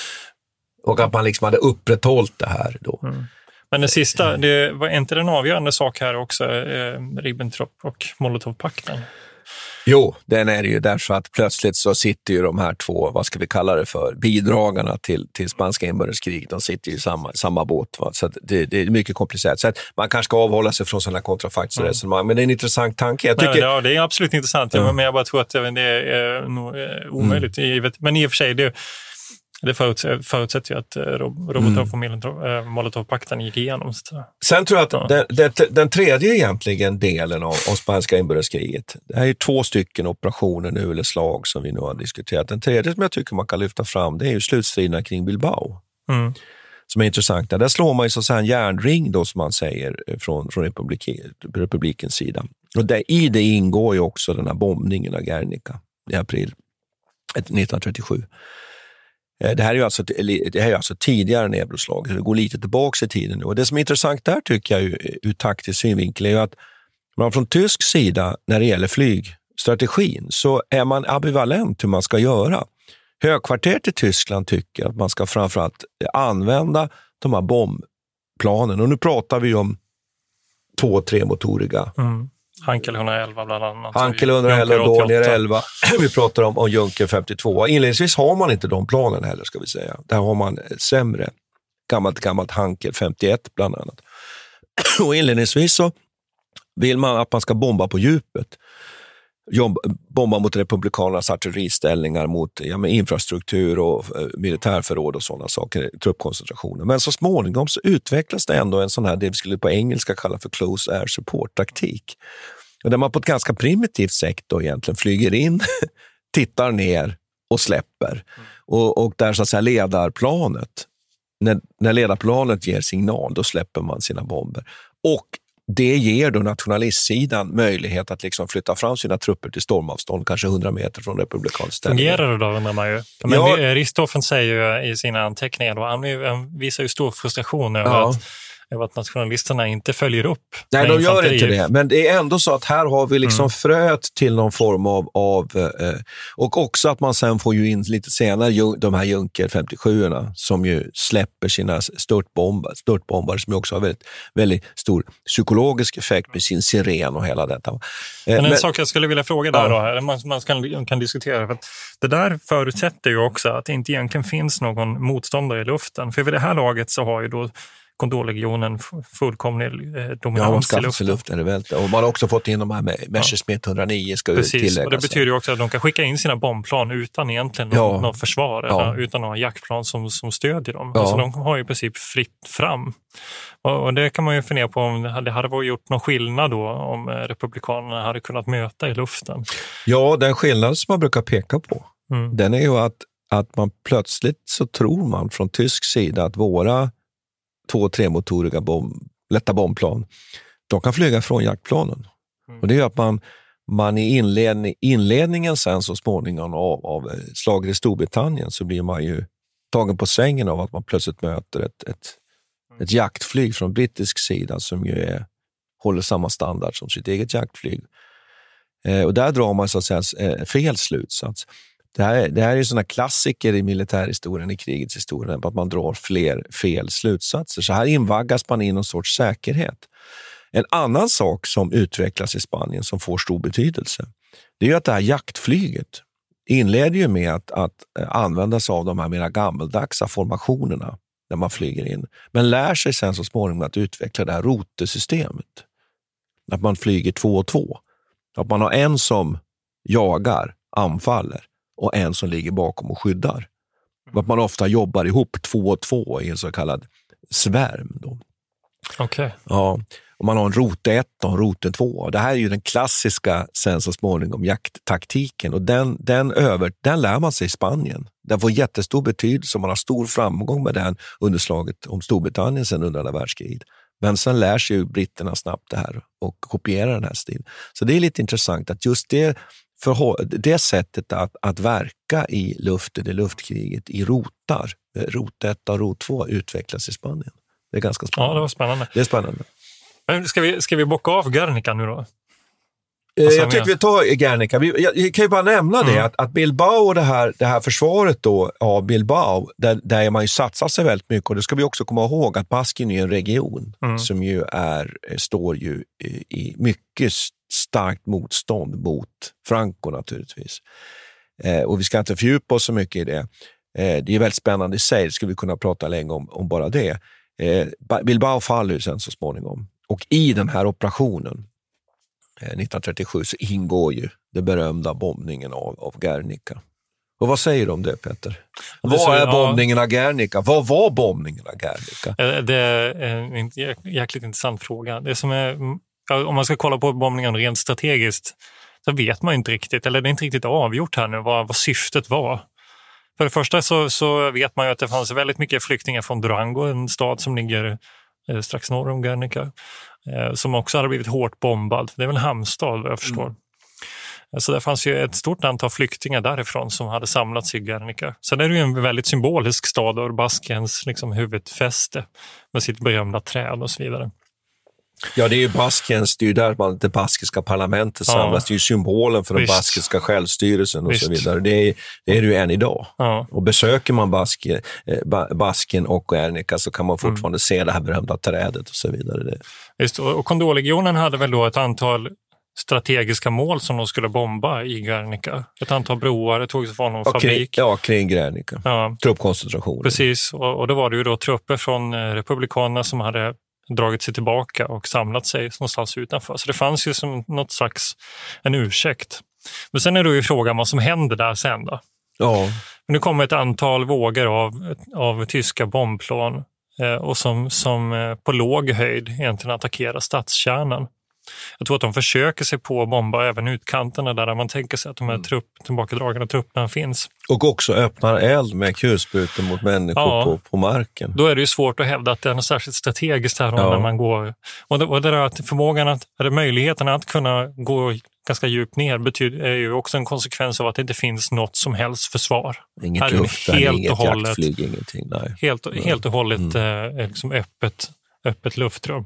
Och att man liksom hade upprätthållit det här då. Mm. Men det sista, det var inte den avgörande sak här också, eh, Ribbentrop och Molotov-pakten? Jo, den är det ju därför att plötsligt så sitter ju de här två, vad ska vi kalla det för, bidragarna till, till spanska inbördeskriget, de sitter ju i samma, samma båt. Va? Så att det, det är mycket komplicerat. Så att man kanske ska avhålla sig från sådana kontrafaktiska mm. resonemang, men det är en intressant tanke. Jag tycker... Nej, ja, det är absolut intressant, mm. men jag bara tror att det är nog omöjligt. Mm. Men i och för sig, det, det förutsätter ju att Robotov mm. och Molotov-pakten gick igenom. Sen tror jag att ja. den, den, den tredje egentligen delen av, av spanska inbördeskriget, det här är två stycken operationer nu eller slag som vi nu har diskuterat. Den tredje som jag tycker man kan lyfta fram, det är ju slutstriderna kring Bilbao. Mm. Som är intressant. Där slår man ju så att säga en järnring då, som man säger från, från republik, republikens sida. Och där, i det ingår ju också den här bombningen av Guernica i april nittonhundratrettiosju. Det här är ju alltså, det här är alltså tidigare än Ebroslag, det går lite tillbaka i tiden nu. Och det som är intressant där tycker jag ju, ur taktisk synvinkel är ju att man från tysk sida när det gäller flygstrategin så är man ambivalent hur man ska göra. Högkvarteret i Tyskland tycker att man ska framförallt använda de här bombplanen. Och nu pratar vi om två tremotoriga. Mm. Hankel etthundraelva bland annat. Hankel etthundraelva och Dornier elva. Vi pratar om, om Junker femtiotvå. Inledningsvis har man inte de planen heller, ska vi säga. Där har man sämre. Gammalt, gammalt Hankel femtioett bland annat. Och inledningsvis så vill man att man ska bomba på djupet. Bomba mot republikanernas artilleriställningar, mot ja, med infrastruktur och eh, militärförråd och sådana saker, truppkoncentrationer. Men så småningom så utvecklas det ändå en sån här, det vi skulle på engelska kalla för close air support-taktik. Och där man på ett ganska primitivt sätt då egentligen flyger in, tittar ner och släpper. Mm. Och, och där så att säga ledarplanet, när, när ledarplanet ger signal, då släpper man sina bomber. Och det ger då nationalistsidan möjlighet att liksom flytta fram sina trupper till stormavstånd, kanske hundra meter från republikansk ställning. Fungerar det då, undrar man ju. Men ja. Richthofen säger ju i sina anteckningar då, han visar ju stor frustration över ja. att, är att nationalisterna inte följer upp. Nej, de gör inte det. Men det är ändå så att här har vi liksom mm. fröet till någon form av... av eh, och också att man sen får ju in lite senare de här Junker femtiosjuorna som ju släpper sina störtbombar, störtbombar som ju också har väldigt, väldigt stor psykologisk effekt med sin siren och hela detta. Eh, men en men, sak jag skulle vilja fråga där ja. då, här, man, man kan, kan diskutera, för att det där förutsätter ju också att det inte egentligen finns någon motståndare i luften. För vid det här laget så har ju då Condorlegionen fullkomlig eh, dominans ja, i luften. luften väldigt. Och man har också fått in de här med Messerschmitt hundraniio ska Precis, tilläggas. och det betyder ju också att de kan skicka in sina bombplan utan egentligen ja. någon, någon försvar, ja. eller, utan några jaktplan som, som stödjer dem. Ja. Alltså de har ju i princip fritt fram. Och, och det kan man ju fundera på om det hade, hade varit gjort någon skillnad då om republikanerna hade kunnat möta i luften. Ja, den skillnad som man brukar peka på, mm. den är ju att, att man plötsligt så tror man från tysk sida att våra två- och tremotoriga bomb, lätta bombplan, de kan flyga från jaktplanen. Mm. Och det gör att man, man i inledning, inledningen sen så småningom av, av slaget i Storbritannien så blir man ju tagen på sängen av att man plötsligt möter ett, ett, mm. ett jaktflyg från brittisk sida som ju är, håller samma standard som sitt eget jaktflyg. Eh, och där drar man så att säga fel slutsats. Det här, det här är ju sådana klassiker i militärhistorien, i krigets historia, att man drar fler fel slutsatser. Så här invaggas man i någon sorts säkerhet. En annan sak som utvecklas i Spanien som får stor betydelse, det är ju att det här jaktflyget inleder ju med att, att använda sig av de här mer gammeldagsa formationerna när man flyger in. Men lär sig sen så småningom att utveckla det här rotesystemet. Att man flyger två och två. Att man har en som jagar, anfaller, och en som ligger bakom och skyddar. Att man ofta jobbar ihop två och två i en så kallad svärm. Då. Okej. Okay. Ja, och man har en rote ett och en rote två. Det här är ju den klassiska sen så småningom jakttaktiken. Och den, den, över, den lär man sig i Spanien. Den får jättestor betydelse och man har stor framgång med den under slaget om Storbritannien sen under andra världskriget. Men sen lär sig ju britterna snabbt det här och kopierar den här stilen. Så det är lite intressant att just det För det sättet att, att verka i luften, i luftkriget, i rotar, rot ett och rot två utvecklas i Spanien. Det är ganska spännande. Ja, det var spännande. Det är spännande. Ska vi, ska vi bocka av Guernica nu då? Alltså, jag tycker vi tar Guernica. Vi, jag, jag kan ju bara nämna mm. det, att, att Bilbao och det här, det här försvaret då av Bilbao, där, där man ju satsar sig väldigt mycket. Och det ska vi också komma ihåg att Baskien är en region mm. som ju är, står ju i, i mycket starkt motstånd mot Franco naturligtvis. Eh, och vi ska inte fördjupa oss så mycket i det. Eh, det är väldigt spännande i sig, det skulle vi kunna prata länge om, om bara det. Eh, Bilbao faller ju sen så småningom. Och i den här operationen eh, nittonhundratrettiosju så ingår ju den berömda bombningen av, av Guernica. Och vad säger du om det, Peter? Vad så, är bombningen ja, av Guernica? Vad var bombningen av Guernica? Det är en jäkligt intressant fråga. Det som är, om man ska kolla på bombningen rent strategiskt så vet man inte riktigt, eller det är inte riktigt avgjort här nu vad, vad syftet var. För det första så, så vet man ju att det fanns väldigt mycket flyktingar från Durango, en stad som ligger eh, strax norr om Guernica, eh, som också hade blivit hårt bombad. Det är väl en hamnstad vad jag förstår. Mm. Så det fanns ju ett stort antal flyktingar därifrån som hade samlats i Guernica. Sen är det ju en väldigt symbolisk stad och Baskiens liksom, huvudfäste med sitt berömda träd och så vidare. Ja, det är ju Baskiens, det är ju där man, det baskiska parlamentet samlas. Ja. Det är ju symbolen för den Visst. baskiska självstyrelsen och Visst. så vidare. Det är det är ju än idag. Ja. Och besöker man Baskien, eh, Baskien och Guernica så kan man fortfarande mm. se det här berömda trädet och så vidare. Det. Just, och Condorlegionen hade väl då ett antal strategiska mål som de skulle bomba i Guernica. Ett antal broar, det tog sig från någon och fabrik. Kring, ja, kring Guernica. Ja. Truppkoncentrationer. Precis, och, och då var det ju då trupper från eh, republikanerna som hade dragit sig tillbaka och samlat sig någonstans utanför. Så det fanns ju som något slags en ursäkt. Men sen är det ju frågan vad som händer där sen då. Ja. Men nu kommer ett antal vågor av, av tyska bombplan eh, och som, som eh, på låg höjd egentligen attackerar stadskärnan. Jag tror att de försöker sig på att bomba även utkanterna där man tänker sig att de här trupp, tillbakadragande trupperna finns. Och också öppnar eld med kulsprutor mot människor ja, på, på marken. Då är det ju svårt att hävda att det är något särskilt strategiskt här ja. när man går. Och det, och det är att förmågan att, eller möjligheten att kunna gå ganska djupt ner betyder, är ju också en konsekvens av att det inte finns något som helst försvar. Inget här luft, helt inget och hållet, jaktflyg, ingenting. Nej. Helt, helt och hållet mm. eh, liksom öppet öppet luftrum.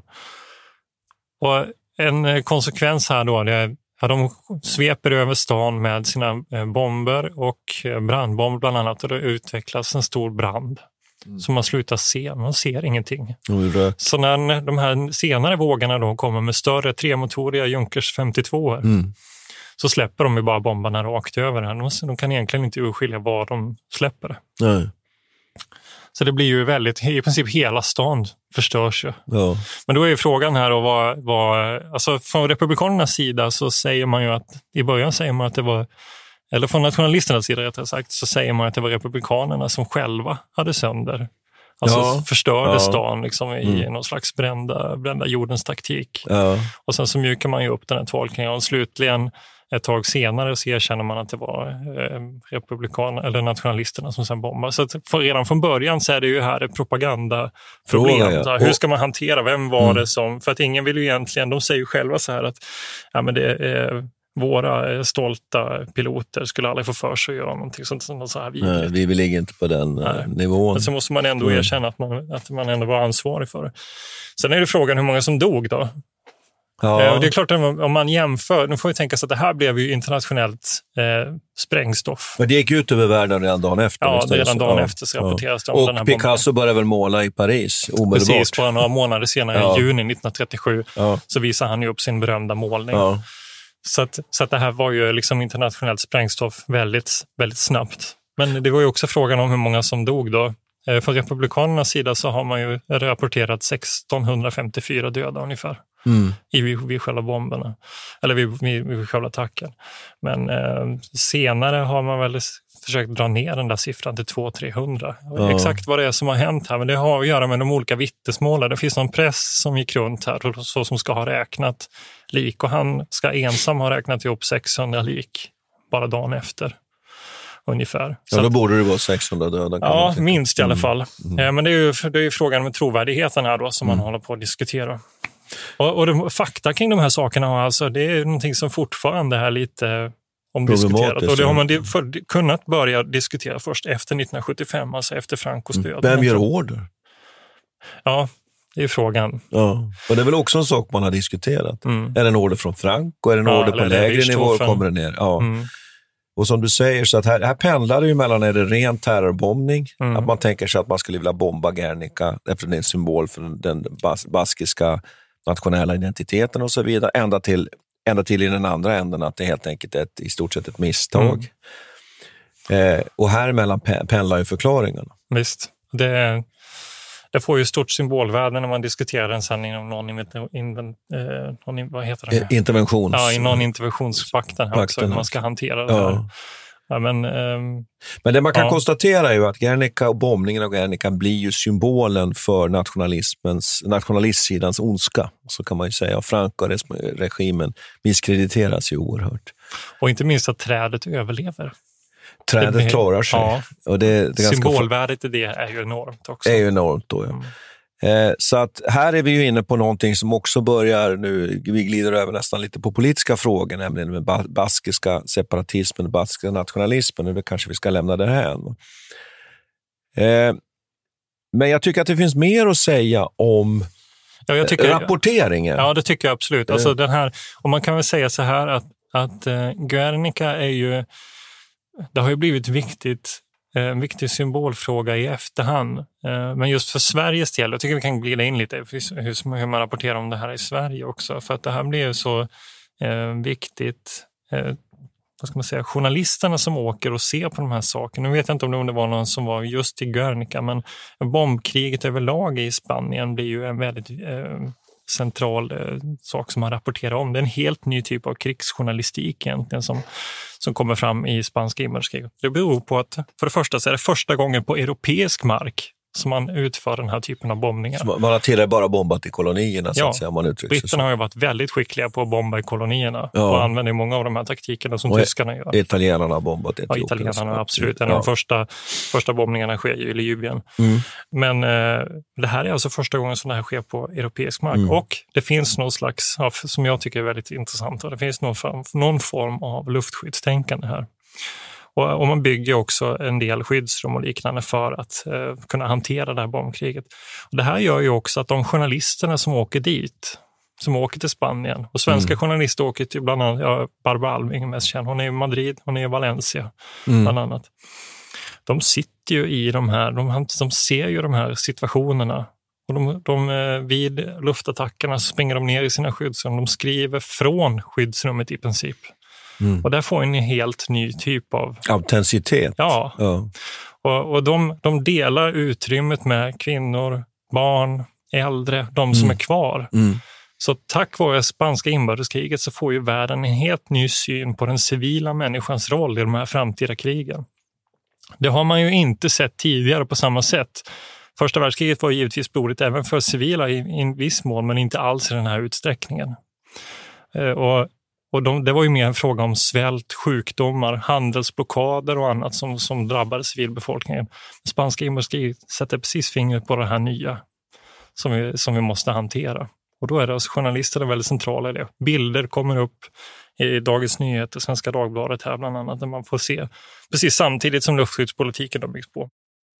Och en konsekvens här då, det är att de sveper över stan med sina bomber och brandbomber bland annat, och det utvecklas en stor brand. Mm. Så man slutar se, man ser ingenting. Mm. Så när de här senare vågorna då kommer med större tremotoriga Junkers femtiotvå mm. så släpper de ju bara bombarna rakt över här. De kan egentligen inte urskilja var de släpper det. Nej. Så det blir ju väldigt, i princip hela stan förstörs ju. Ja. Men då är ju frågan här och vad, vad, alltså från republikanernas sida så säger man ju att, i början säger man att det var, eller från nationalisternas sida rättare sagt, så säger man att det var republikanerna som själva hade sönder. Alltså ja. förstörde ja. stan liksom i mm. någon slags brända, brända jordens taktik. Ja. Och sen så mjukar man ju upp den här tolkningen och slutligen ett tag senare så erkänner man att det var eh, republikaner eller nationalisterna som sen bombade. Så att för redan från början så är det ju här ett propagandaproblem. Fråga, ja. Hur ska man hantera? Vem var mm. det som... För att ingen vill ju egentligen... De säger ju själva så här att ja, men det är våra stolta piloter skulle aldrig få för sig att göra någonting sånt, sånt så här vidrigt. Nej, vi vill inte på den Nej. nivån. Men så måste man ändå erkänna att man, att man ändå var ansvarig för det. Sen är det frågan hur många som dog då. Ja. Och det är klart att om man jämför, nu får vi tänka sig att det här blev ju internationellt eh, sprängstoff. Men det gick ut över världen redan dagen efter. Ja, det redan dagen ja. efter så rapporteras det ja. om och den här Picasso bomben. började väl måla i Paris omedelbart. Precis, bara några månader senare, ja. i juni nittonhundratrettiosju, ja. så visar han ju upp sin berömda målning. Ja. Så, att, så att det här var ju liksom internationellt sprängstoff väldigt, väldigt snabbt. Men det var ju också frågan om hur många som dog då. Från republikanernas sida så har man ju rapporterat sextonhundrafemtiofyra döda ungefär. Mm. I, vid, vid själva bomberna. Eller vid, vid, vid själva attacken. Men eh, senare har man väl försökt dra ner den där siffran till två till trehundra. Ja. Exakt vad det är som har hänt här. Men det har att göra med de olika vittnesmålen. Det finns någon press som gick runt här. Så som ska ha räknat lik. Och han ska ensam ha räknat ihop sexhundra lik. Bara dagen efter. Ungefär. Ja, så då borde det vara sexhundra döda. Ja, minst i alla fall. Mm. Mm. Men det är ju, det är ju frågan med trovärdigheten här då som mm. man håller på att diskutera. Och, och det, fakta kring de här sakerna, alltså, det är någonting som fortfarande är lite omdiskuterat. Och det har man di- för, kunnat börja diskutera först efter nittonhundrasjuttiofem, alltså efter Francos död. Vem gör order? Ja, det är frågan. Ja, och det är väl också en sak man har diskuterat. Mm. Är det en order från Franco? Är det en ja, order på lägre nivå? Kommer det ner? Ja. Mm. Och som du säger, så att här, här pendlar det ju mellan, är det ren terrorbombning, mm. att man tänker sig att man skulle vilja bomba Guernica efter det är en symbol för den bas- baskiska nationella identiteten och så vidare, ända till, ända till i den andra änden att det helt enkelt är ett, i stort sett ett misstag. Mm. Eh, och här mellan pe- pendlar ju förklaringarna. Visst, det, det får ju stort symbolvärde när man diskuterar den sen inom någon, invent- invent- eh, någon vad heter det? Eh, interventions. Ja, i någon interventionspakten här också, hur man ska hantera det ja. här. Ja, men, um, men det man kan ja. konstatera är ju att Guernica och bombningen av Guernica blir ju symbolen för nationalismens, nationalistsidans ondska. Så kan man ju säga. Och Franco-regimen misskrediteras ju oerhört. Och inte minst att trädet överlever. Trädet det, klarar sig. Ja. Och det, det symbolvärdet i det är ju enormt också. Det är ju enormt då, ja. Mm. Eh, så att här är vi ju inne på någonting som också börjar nu, vi glider över nästan lite på politiska frågor, nämligen med ba- baskiska separatismen, baskiska nationalismen, och det kanske vi ska lämna det här. Eh, men jag tycker att det finns mer att säga om ja, jag tycker, rapporteringen. Ja, det tycker jag absolut. Alltså, eh. den här, och man kan väl säga så här att, att uh, Guernica är ju, det har ju blivit viktigt, en viktig symbolfråga i efterhand. Men just för Sveriges del, jag tycker vi kan glida in lite hur man rapporterar om det här i Sverige också. För att det här blir ju så eh, viktigt. Eh, vad ska man säga? Journalisterna som åker och ser på de här sakerna. Nu vet jag inte om det var någon som var just i Guernica, men bombkriget överlag i Spanien blir ju en väldigt eh, central eh, sak som man rapporterar om. Det är en helt ny typ av krigsjournalistik egentligen som, som kommer fram i spanska inbördeskriget. Det beror på att för det första så är det första gången på europeisk mark som man utför den här typen av bombningar. Så man har tidigare bara bombat i kolonierna, så ja, att säga, man uttrycker sig så. Britterna har ju varit väldigt skickliga på att bomba i kolonierna ja. och använder många av de här taktikerna som och tyskarna gör. Italienarna har bombat Etiopien. Ja, italienarna absolut. En av ja. de första, första bombningarna sker ju i Libyen. Mm. Men eh, det här är alltså första gången som det här sker på europeisk mark. Mm. Och det finns någon slags, ja, som jag tycker är väldigt intressant, och det finns någon form, någon form av luftskyddstänkande här. Och, och man bygger också en del skyddsrum och liknande för att eh, kunna hantera det här bombkriget. Och det här gör ju också att de journalisterna som åker dit, som åker till Spanien, och svenska mm. journalister åker till bland annat, ja, Barbara Alving mest känd, hon är i Madrid, hon är i Valencia mm. bland annat. De sitter ju i de här, de, de ser ju de här situationerna. Och de, de, vid luftattackerna så springer de ner i sina skyddsrum. De skriver från skyddsrummet i princip. Mm. Och där får en helt ny typ av... autenticitet. Ja. ja. Och, och de, de delar utrymmet med kvinnor, barn, äldre, de mm. som är kvar. Mm. Så tack vare spanska inbördeskriget så får ju världen en helt ny syn på den civila människans roll i de här framtida krigen. Det har man ju inte sett tidigare på samma sätt. Första världskriget var givetvis blodigt även för civila i, i en viss mån, men inte alls i den här utsträckningen. Eh, och och de, det var ju mer en fråga om svält, sjukdomar, handelsblockader och annat som, som drabbade civilbefolkningen. Spanska inbördeskriget sätter precis fingret på det här nya som vi, som vi måste hantera. Och då är det alltså journalisterna väldigt centrala i det. Bilder kommer upp i Dagens Nyheter, Svenska Dagbladet här bland annat, där man får se precis samtidigt som luftskyddspolitiken har byggts på.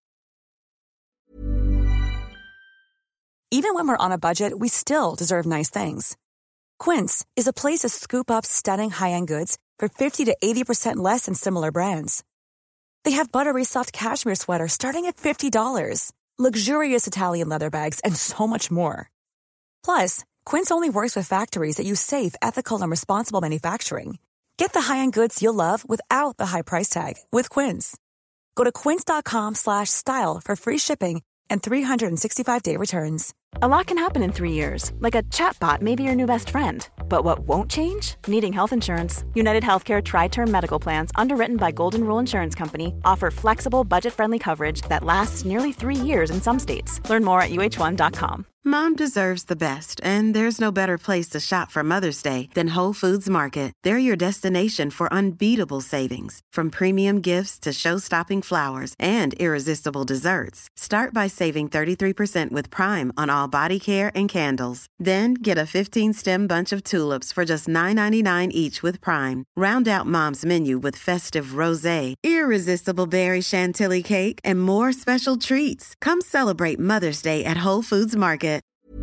Even when we're on a budget, we still deserve nice things. Quince is a place to scoop up stunning high-end goods for fifty to eighty percent less than similar brands. They have buttery soft cashmere sweaters starting at fifty dollars, luxurious Italian leather bags, and so much more. Plus, Quince only works with factories that use safe, ethical, and responsible manufacturing. Get the high-end goods you'll love without the high price tag with Quince. Go to quince.com slash style for free shipping and three sixty-five day returns. A lot can happen in three years, like a chatbot may be your new best friend. But what won't change? Needing health insurance. United Healthcare Tri-Term Medical Plans, underwritten by Golden Rule Insurance Company, offer flexible, budget-friendly coverage that lasts nearly three years in some states. Learn more at U H one dot com. Mom deserves the best, and there's no better place to shop for Mother's Day than Whole Foods Market. They're your destination for unbeatable savings, from premium gifts to show-stopping flowers and irresistible desserts. Start by saving thirty-three percent with Prime on all body care and candles. Then get a fifteen-stem bunch of tulips for just nine ninety-nine each with Prime. Round out Mom's menu with festive rosé, irresistible berry chantilly cake, and more special treats. Come celebrate Mother's Day at Whole Foods Market.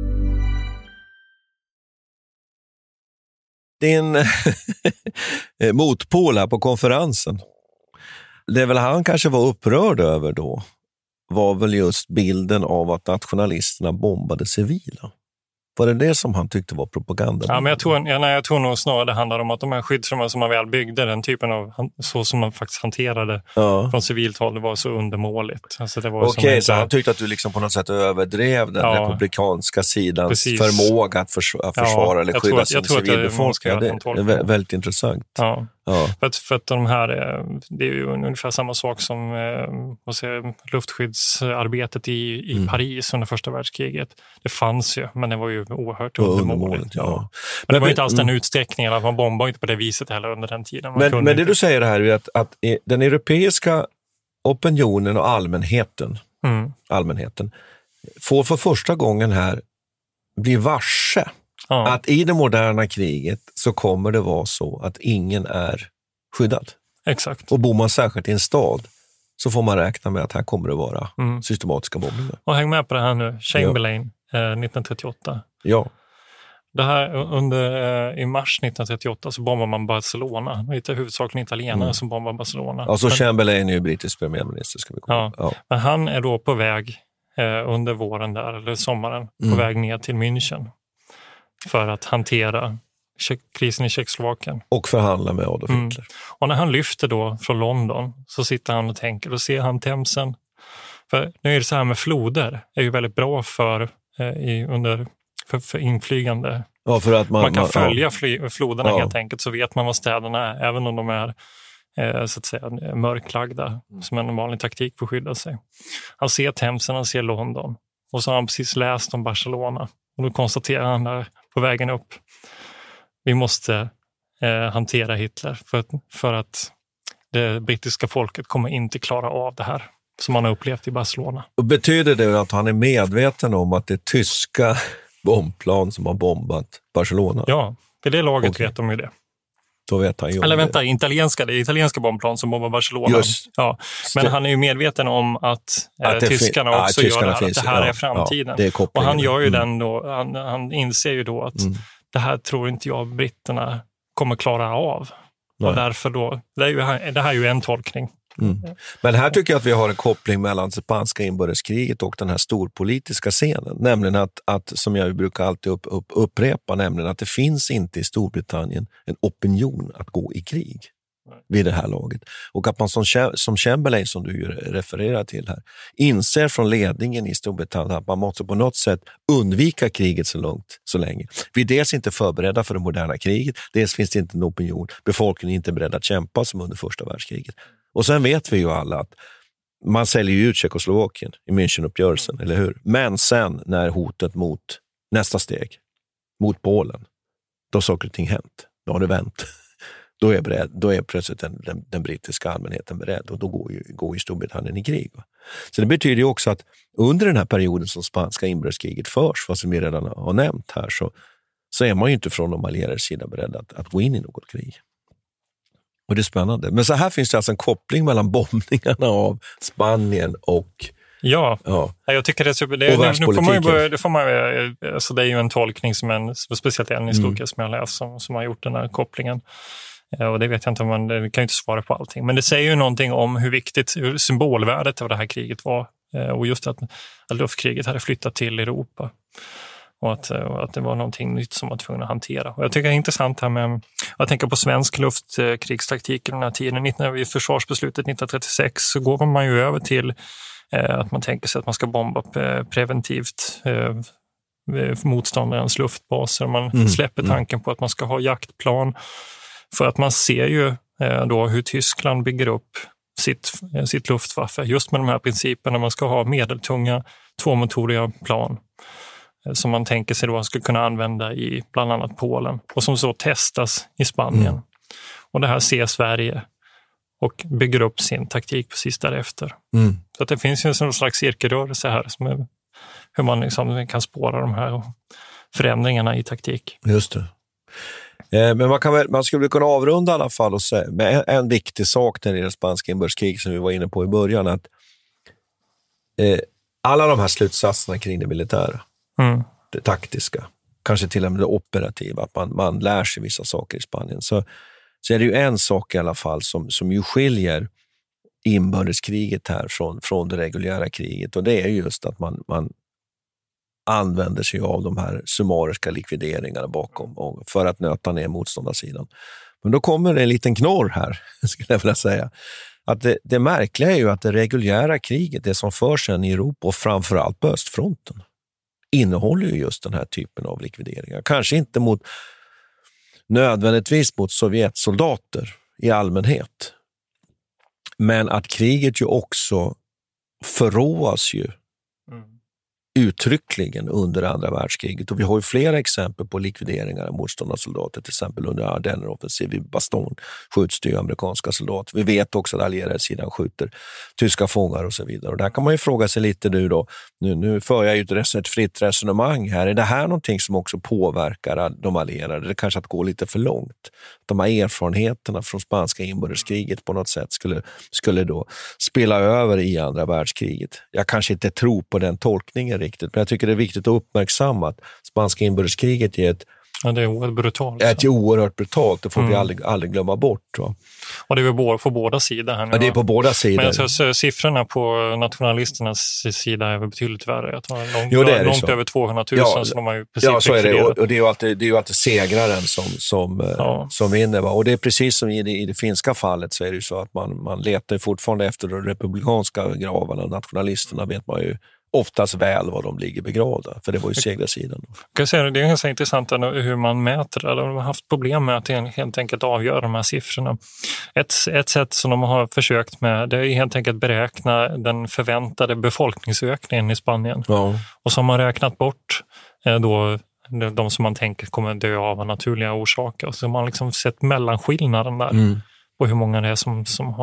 Din motpol här på konferensen, det är väl han kanske var upprörd över då, var väl just bilden av att nationalisterna bombade civila. Var det det som han tyckte var propaganda? Ja, men jag tror, ja, nej, jag tror nog snarare det handlar om att de här skyddsrummen som man väl byggde, den typen av, så som man faktiskt hanterade ja. från civilt håll, det var så undermåligt. Alltså det var Okej, okay, så han tyckte att du liksom på något sätt överdrev den ja. republikanska sidans Precis. förmåga att försvara, försvara ja, eller skydda sin civilbefolkning. Det, det är väldigt, väldigt intressant. Ja. Ja. För, att, för att de här, det är ju ungefär samma sak som eh, säga, luftskyddsarbetet i, i mm. Paris under första världskriget. Det fanns ju, men det var ju oerhört undermåligt. Ja. Ja. Men, men det var inte alls den utsträckningen att man bombade inte på det viset heller under den tiden. Man men men det inte... du säger här är att, att den europeiska opinionen och allmänheten, mm. allmänheten får för första gången här bli varse ja. att i det moderna kriget så kommer det vara så att ingen är skyddad. Exakt. Och bor man särskilt i en stad så får man räkna med att här kommer det vara mm. systematiska bombningar. Och häng med på det här nu. Chamberlain ja. eh, nittonhundratrettioåtta. Ja. Det här under, eh, i mars nittonhundratrettioåtta så bombar man Barcelona. Det är huvudsakligen italienare mm. som bombar Barcelona. Alltså men, Chamberlain är ju brittisk premiärminister, ska vi komma. Ja. ja. Men han är då på väg eh, under våren där, eller sommaren, mm. på väg ner till München för att hantera krisen i Tjeckoslovakien. Och förhandla med Adolf Hitler. Mm. Och när han lyfter då från London så sitter han och tänker, och ser han Themsen. För nu är det så här med floder, är ju väldigt bra för, eh, i, under, för, för inflygande. Ja, för att man, man kan man, följa ja. fly, floderna ja. helt enkelt, så vet man vad städerna är, även om de är eh, så att säga mörklagda, mm. som en vanlig taktik för att skydda sig. Han ser Themsen, han ser London. Och så har han precis läst om Barcelona. Och då konstaterar han där på vägen upp, vi måste eh, hantera Hitler för, för att det brittiska folket kommer inte klara av det här som man har upplevt i Barcelona. Och betyder det att han är medveten om att det är tyska bombplan som har bombat Barcelona? Ja, för det laget okay. vet de ju det. Då vet han ju. Eller vänta, italienska, det är italienska bombplan som bombar Barcelona. Just. Ja. Men han är ju medveten om att, att eh, tyskarna fin- också ja, tyskarna gör det här, att det här ja, är framtiden. Ja, det är och han gör ju mm. den då, han, han inser ju då att mm. det här tror inte jag britterna kommer klara av. Nej. Och därför då, det, är ju, det här är ju en tolkning. Mm. Men här tycker jag att vi har en koppling mellan det spanska inbördeskriget och den här storpolitiska scenen. Nämligen att, att som jag brukar alltid upp, upp, upprepa, nämligen att det finns inte i Storbritannien en opinion att gå i krig vid det här laget. Och att man som, som Chamberlain, som du refererar till här, inser från ledningen i Storbritannien att man måste på något sätt undvika kriget så långt, så länge. Vi är dels inte förberedda för det moderna kriget, dels finns det inte en opinion. Befolkningen är inte beredd att kämpa som under första världskriget. Och sen vet vi ju alla att man säljer ju ut Tjeckoslovakien i Münchenuppgörelsen, mm. eller hur? Men sen när hotet mot nästa steg, mot Polen, då har saker och ting hänt. Då har det vänt. Då är, beredd, då är plötsligt den, den, den brittiska allmänheten beredd och då går ju, går ju Storbritannien i krig. Va? Så det betyder ju också att under den här perioden som spanska inbördeskriget förs, vad som vi redan har nämnt här, så, så är man ju inte från de allierades sida beredd att, att gå in i något krig. Och det är spännande. Men så här finns det alltså en koppling mellan bombningarna av Spanien och Ja, ja. jag tycker det är super. Det, nu, nu får man ju börja, det får man alltså det är ju en tolkning som en speciellt en historiker mm. som jag läst som, som har gjort den här kopplingen. Och det vet jag inte om man det kan ju inte svara på allting, men det säger ju någonting om hur viktigt hur symbolvärdet av det här kriget var och just att, att luftkriget hade flyttat till Europa. Och att, och att det var någonting nytt som man var tvungen att hantera. Och jag tycker det är intressant här med, jag tänker på svensk luftkrigsstaktik i den här tiden. När vi försvarsbeslutet nittonhundratrettiosex så går man ju över till eh, att man tänker sig att man ska bomba preventivt eh, motståndarens luftbaser. Man mm. släpper tanken på att man ska ha jaktplan. För att man ser ju eh, då hur Tyskland bygger upp sitt, eh, sitt luftwaffe. Just med de här principerna. Man ska ha medeltunga tvåmotoriga plan. Som man tänker sig då ska kunna använda i bland annat Polen och som så testas i Spanien. Mm. Och det här ser Sverige och bygger upp sin taktik precis därefter. Mm. Så att det finns ju en slags cirkelrörelse här som är, hur man liksom kan spåra de här förändringarna i taktik. Just det. Eh, men man, kan väl, man skulle kunna avrunda i alla fall och säga, med en, en viktig sak när det gäller spanska inbördeskrig som vi var inne på i början, att eh, alla de här slutsatserna kring det militära, Mm. det taktiska, kanske till och med det operativa, att man, man lär sig vissa saker i Spanien, så, så är det ju en sak i alla fall som, som ju skiljer inbördeskriget här från, från det reguljära kriget, och det är just att man, man använder sig av de här summariska likvideringarna bakom och för att nöta ner motståndarsidan. Men då kommer det en liten knorr här, skulle jag vilja säga. Att det, det märkliga är ju att det reguljära kriget, det som förs sen i Europa och framförallt på östfronten, innehåller ju just den här typen av likvideringar. Kanske inte mot nödvändigtvis mot Sovjetsoldater i allmänhet. Men att kriget ju också förråas ju mm. uttryckligen under andra världskriget. Och vi har ju flera exempel på likvideringar av motståndarsoldater. Till exempel under Ardenneroffensiv i Bastogne skjuts det ju amerikanska soldater. Vi vet också att allierade sidan skjuter tyska fångar och så vidare. Och där kan man ju fråga sig lite nu då. Nu, nu för jag ju ett, ett fritt resonemang här. Är det här någonting som också påverkar de allierade? Det kanske att gå lite för långt. De här erfarenheterna från spanska inbördeskriget på något sätt skulle, skulle då spela över i andra världskriget. Jag kanske inte tror på den tolkningen riktigt, men jag tycker det är viktigt att uppmärksamma att spanska inbördeskriget är ett Ja, det är oerhört brutalt. Är ett oerhört brutalt, det får mm. vi aldrig, aldrig glömma bort. Va? Och det är väl på båda sidor här nu. Ja, det är på båda sidor. Men jag så, siffrorna på nationalisternas sida är väl betydligt värre. Jag tror långt, jo, det är det långt så. över tvåhundratusen ja, som de har ju precis Ja, så är det. Och, och det är ju alltid, det är ju alltid segraren som, som, ja. som vinner. Va? Och det är precis som i det, i det finska fallet, så är det ju så att man, man letar fortfarande efter de republikanska gravarna. Nationalisterna vet man ju oftast väl var de ligger begravda, för det var ju segrarsidan. Jag kan säga, det är ganska intressant hur man mäter, eller de har haft problem med att helt enkelt avgöra de här siffrorna. Ett, ett sätt som de har försökt med, det är helt enkelt beräkna den förväntade befolkningsökningen i Spanien. Ja. Och så har man räknat bort då de som man tänker kommer dö av naturliga orsaker. Så har man liksom sett mellanskillnaden där mm. och hur många det är som, som har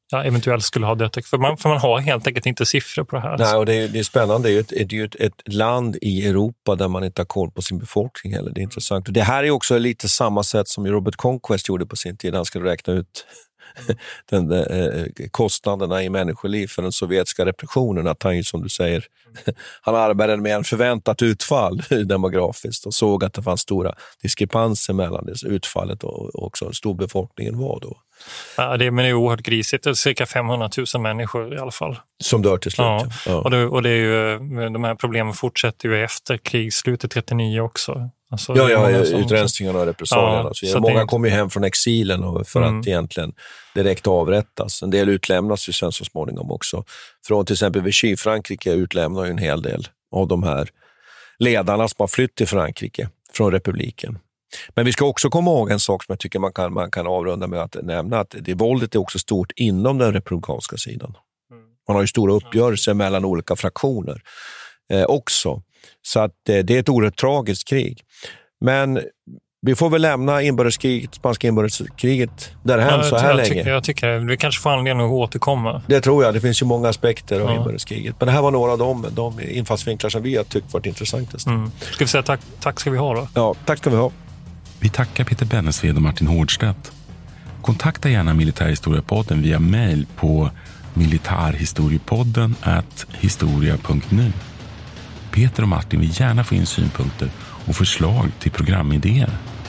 ja, eventuellt skulle ha dött. För man, för man har helt enkelt inte siffror på det här. Nej, och det är, det är spännande. Det är ju, ett, det är ju ett, ett land i Europa där man inte har koll på sin befolkning heller. Det är intressant. Och det här är också lite samma sätt som Robert Conquest gjorde på sin tid. Han skulle räkna ut den, eh, kostnaderna i människoliv för den sovjetiska repressionen. Att han ju, som du säger, han arbetade med en förväntat utfall demografiskt och såg att det fanns stora diskrepanser mellan det utfallet och också hur stor befolkningen var då. Ja, det, men det är oerhört grisigt. Det är cirka femhundratusen människor i alla fall. Som dör till slut. Ja. Ja. Och, det, och det är ju, de här problemen fortsätter ju efter krigsslutet trettionio också. Alltså, ja, ja, utrensningarna och repressalierna. Ja, så många det... kommer ju hem från exilen och för mm. att egentligen direkt avrättas. En del utlämnas ju sen så småningom också. Från till exempel Vichy, Frankrike utlämnar ju en hel del av de här ledarna som har flytt till Frankrike från republiken. Men vi ska också komma ihåg en sak som jag tycker man kan, man kan avrunda med att nämna, att det våldet är också stort inom den republikanska sidan. Man har ju stora uppgörelser mellan olika fraktioner eh, också. Så att eh, det är ett oerhört tragiskt krig. Men vi får väl lämna inbördeskriget, spanska inbördeskriget därhän ja, så här jag länge. Tycker, jag tycker vi kanske får anledning att återkomma. Det tror jag. Det finns ju många aspekter av ja. inbördeskriget. Men det här var några av de, de infallsvinklar som vi har tyckt varit intressantast. Mm. Ska vi säga tack, tack ska vi ha då? Ja, tack ska vi ha. Vi tackar Peter Bennesved och Martin Hårdstedt. Kontakta gärna Militärhistoriepodden via mejl på militarhistoriepodden at historia punkt nu. Peter och Martin vill gärna få in synpunkter och förslag till programidéer.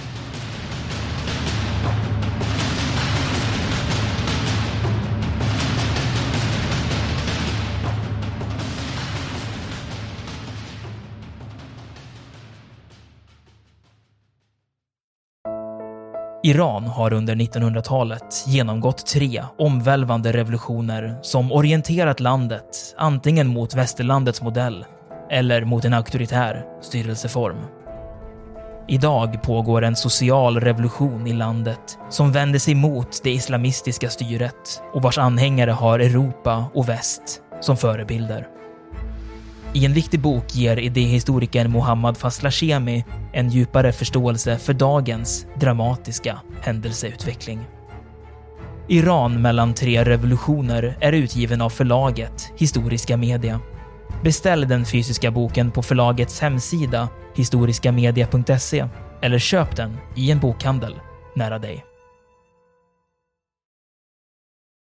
Iran har under nittonhundratalet genomgått tre omvälvande revolutioner som orienterat landet antingen mot västerlandets modell eller mot en auktoritär styrelseform. Idag pågår en social revolution i landet som vänder sig mot det islamistiska styret och vars anhängare har Europa och väst som förebilder. I en viktig bok ger idéhistorikern Mohammad Faslashemi en djupare förståelse för dagens dramatiska händelseutveckling. Iran mellan tre revolutioner är utgiven av förlaget Historiska Media. Beställ den fysiska boken på förlagets hemsida historiskamedia punkt se eller köp den i en bokhandel nära dig.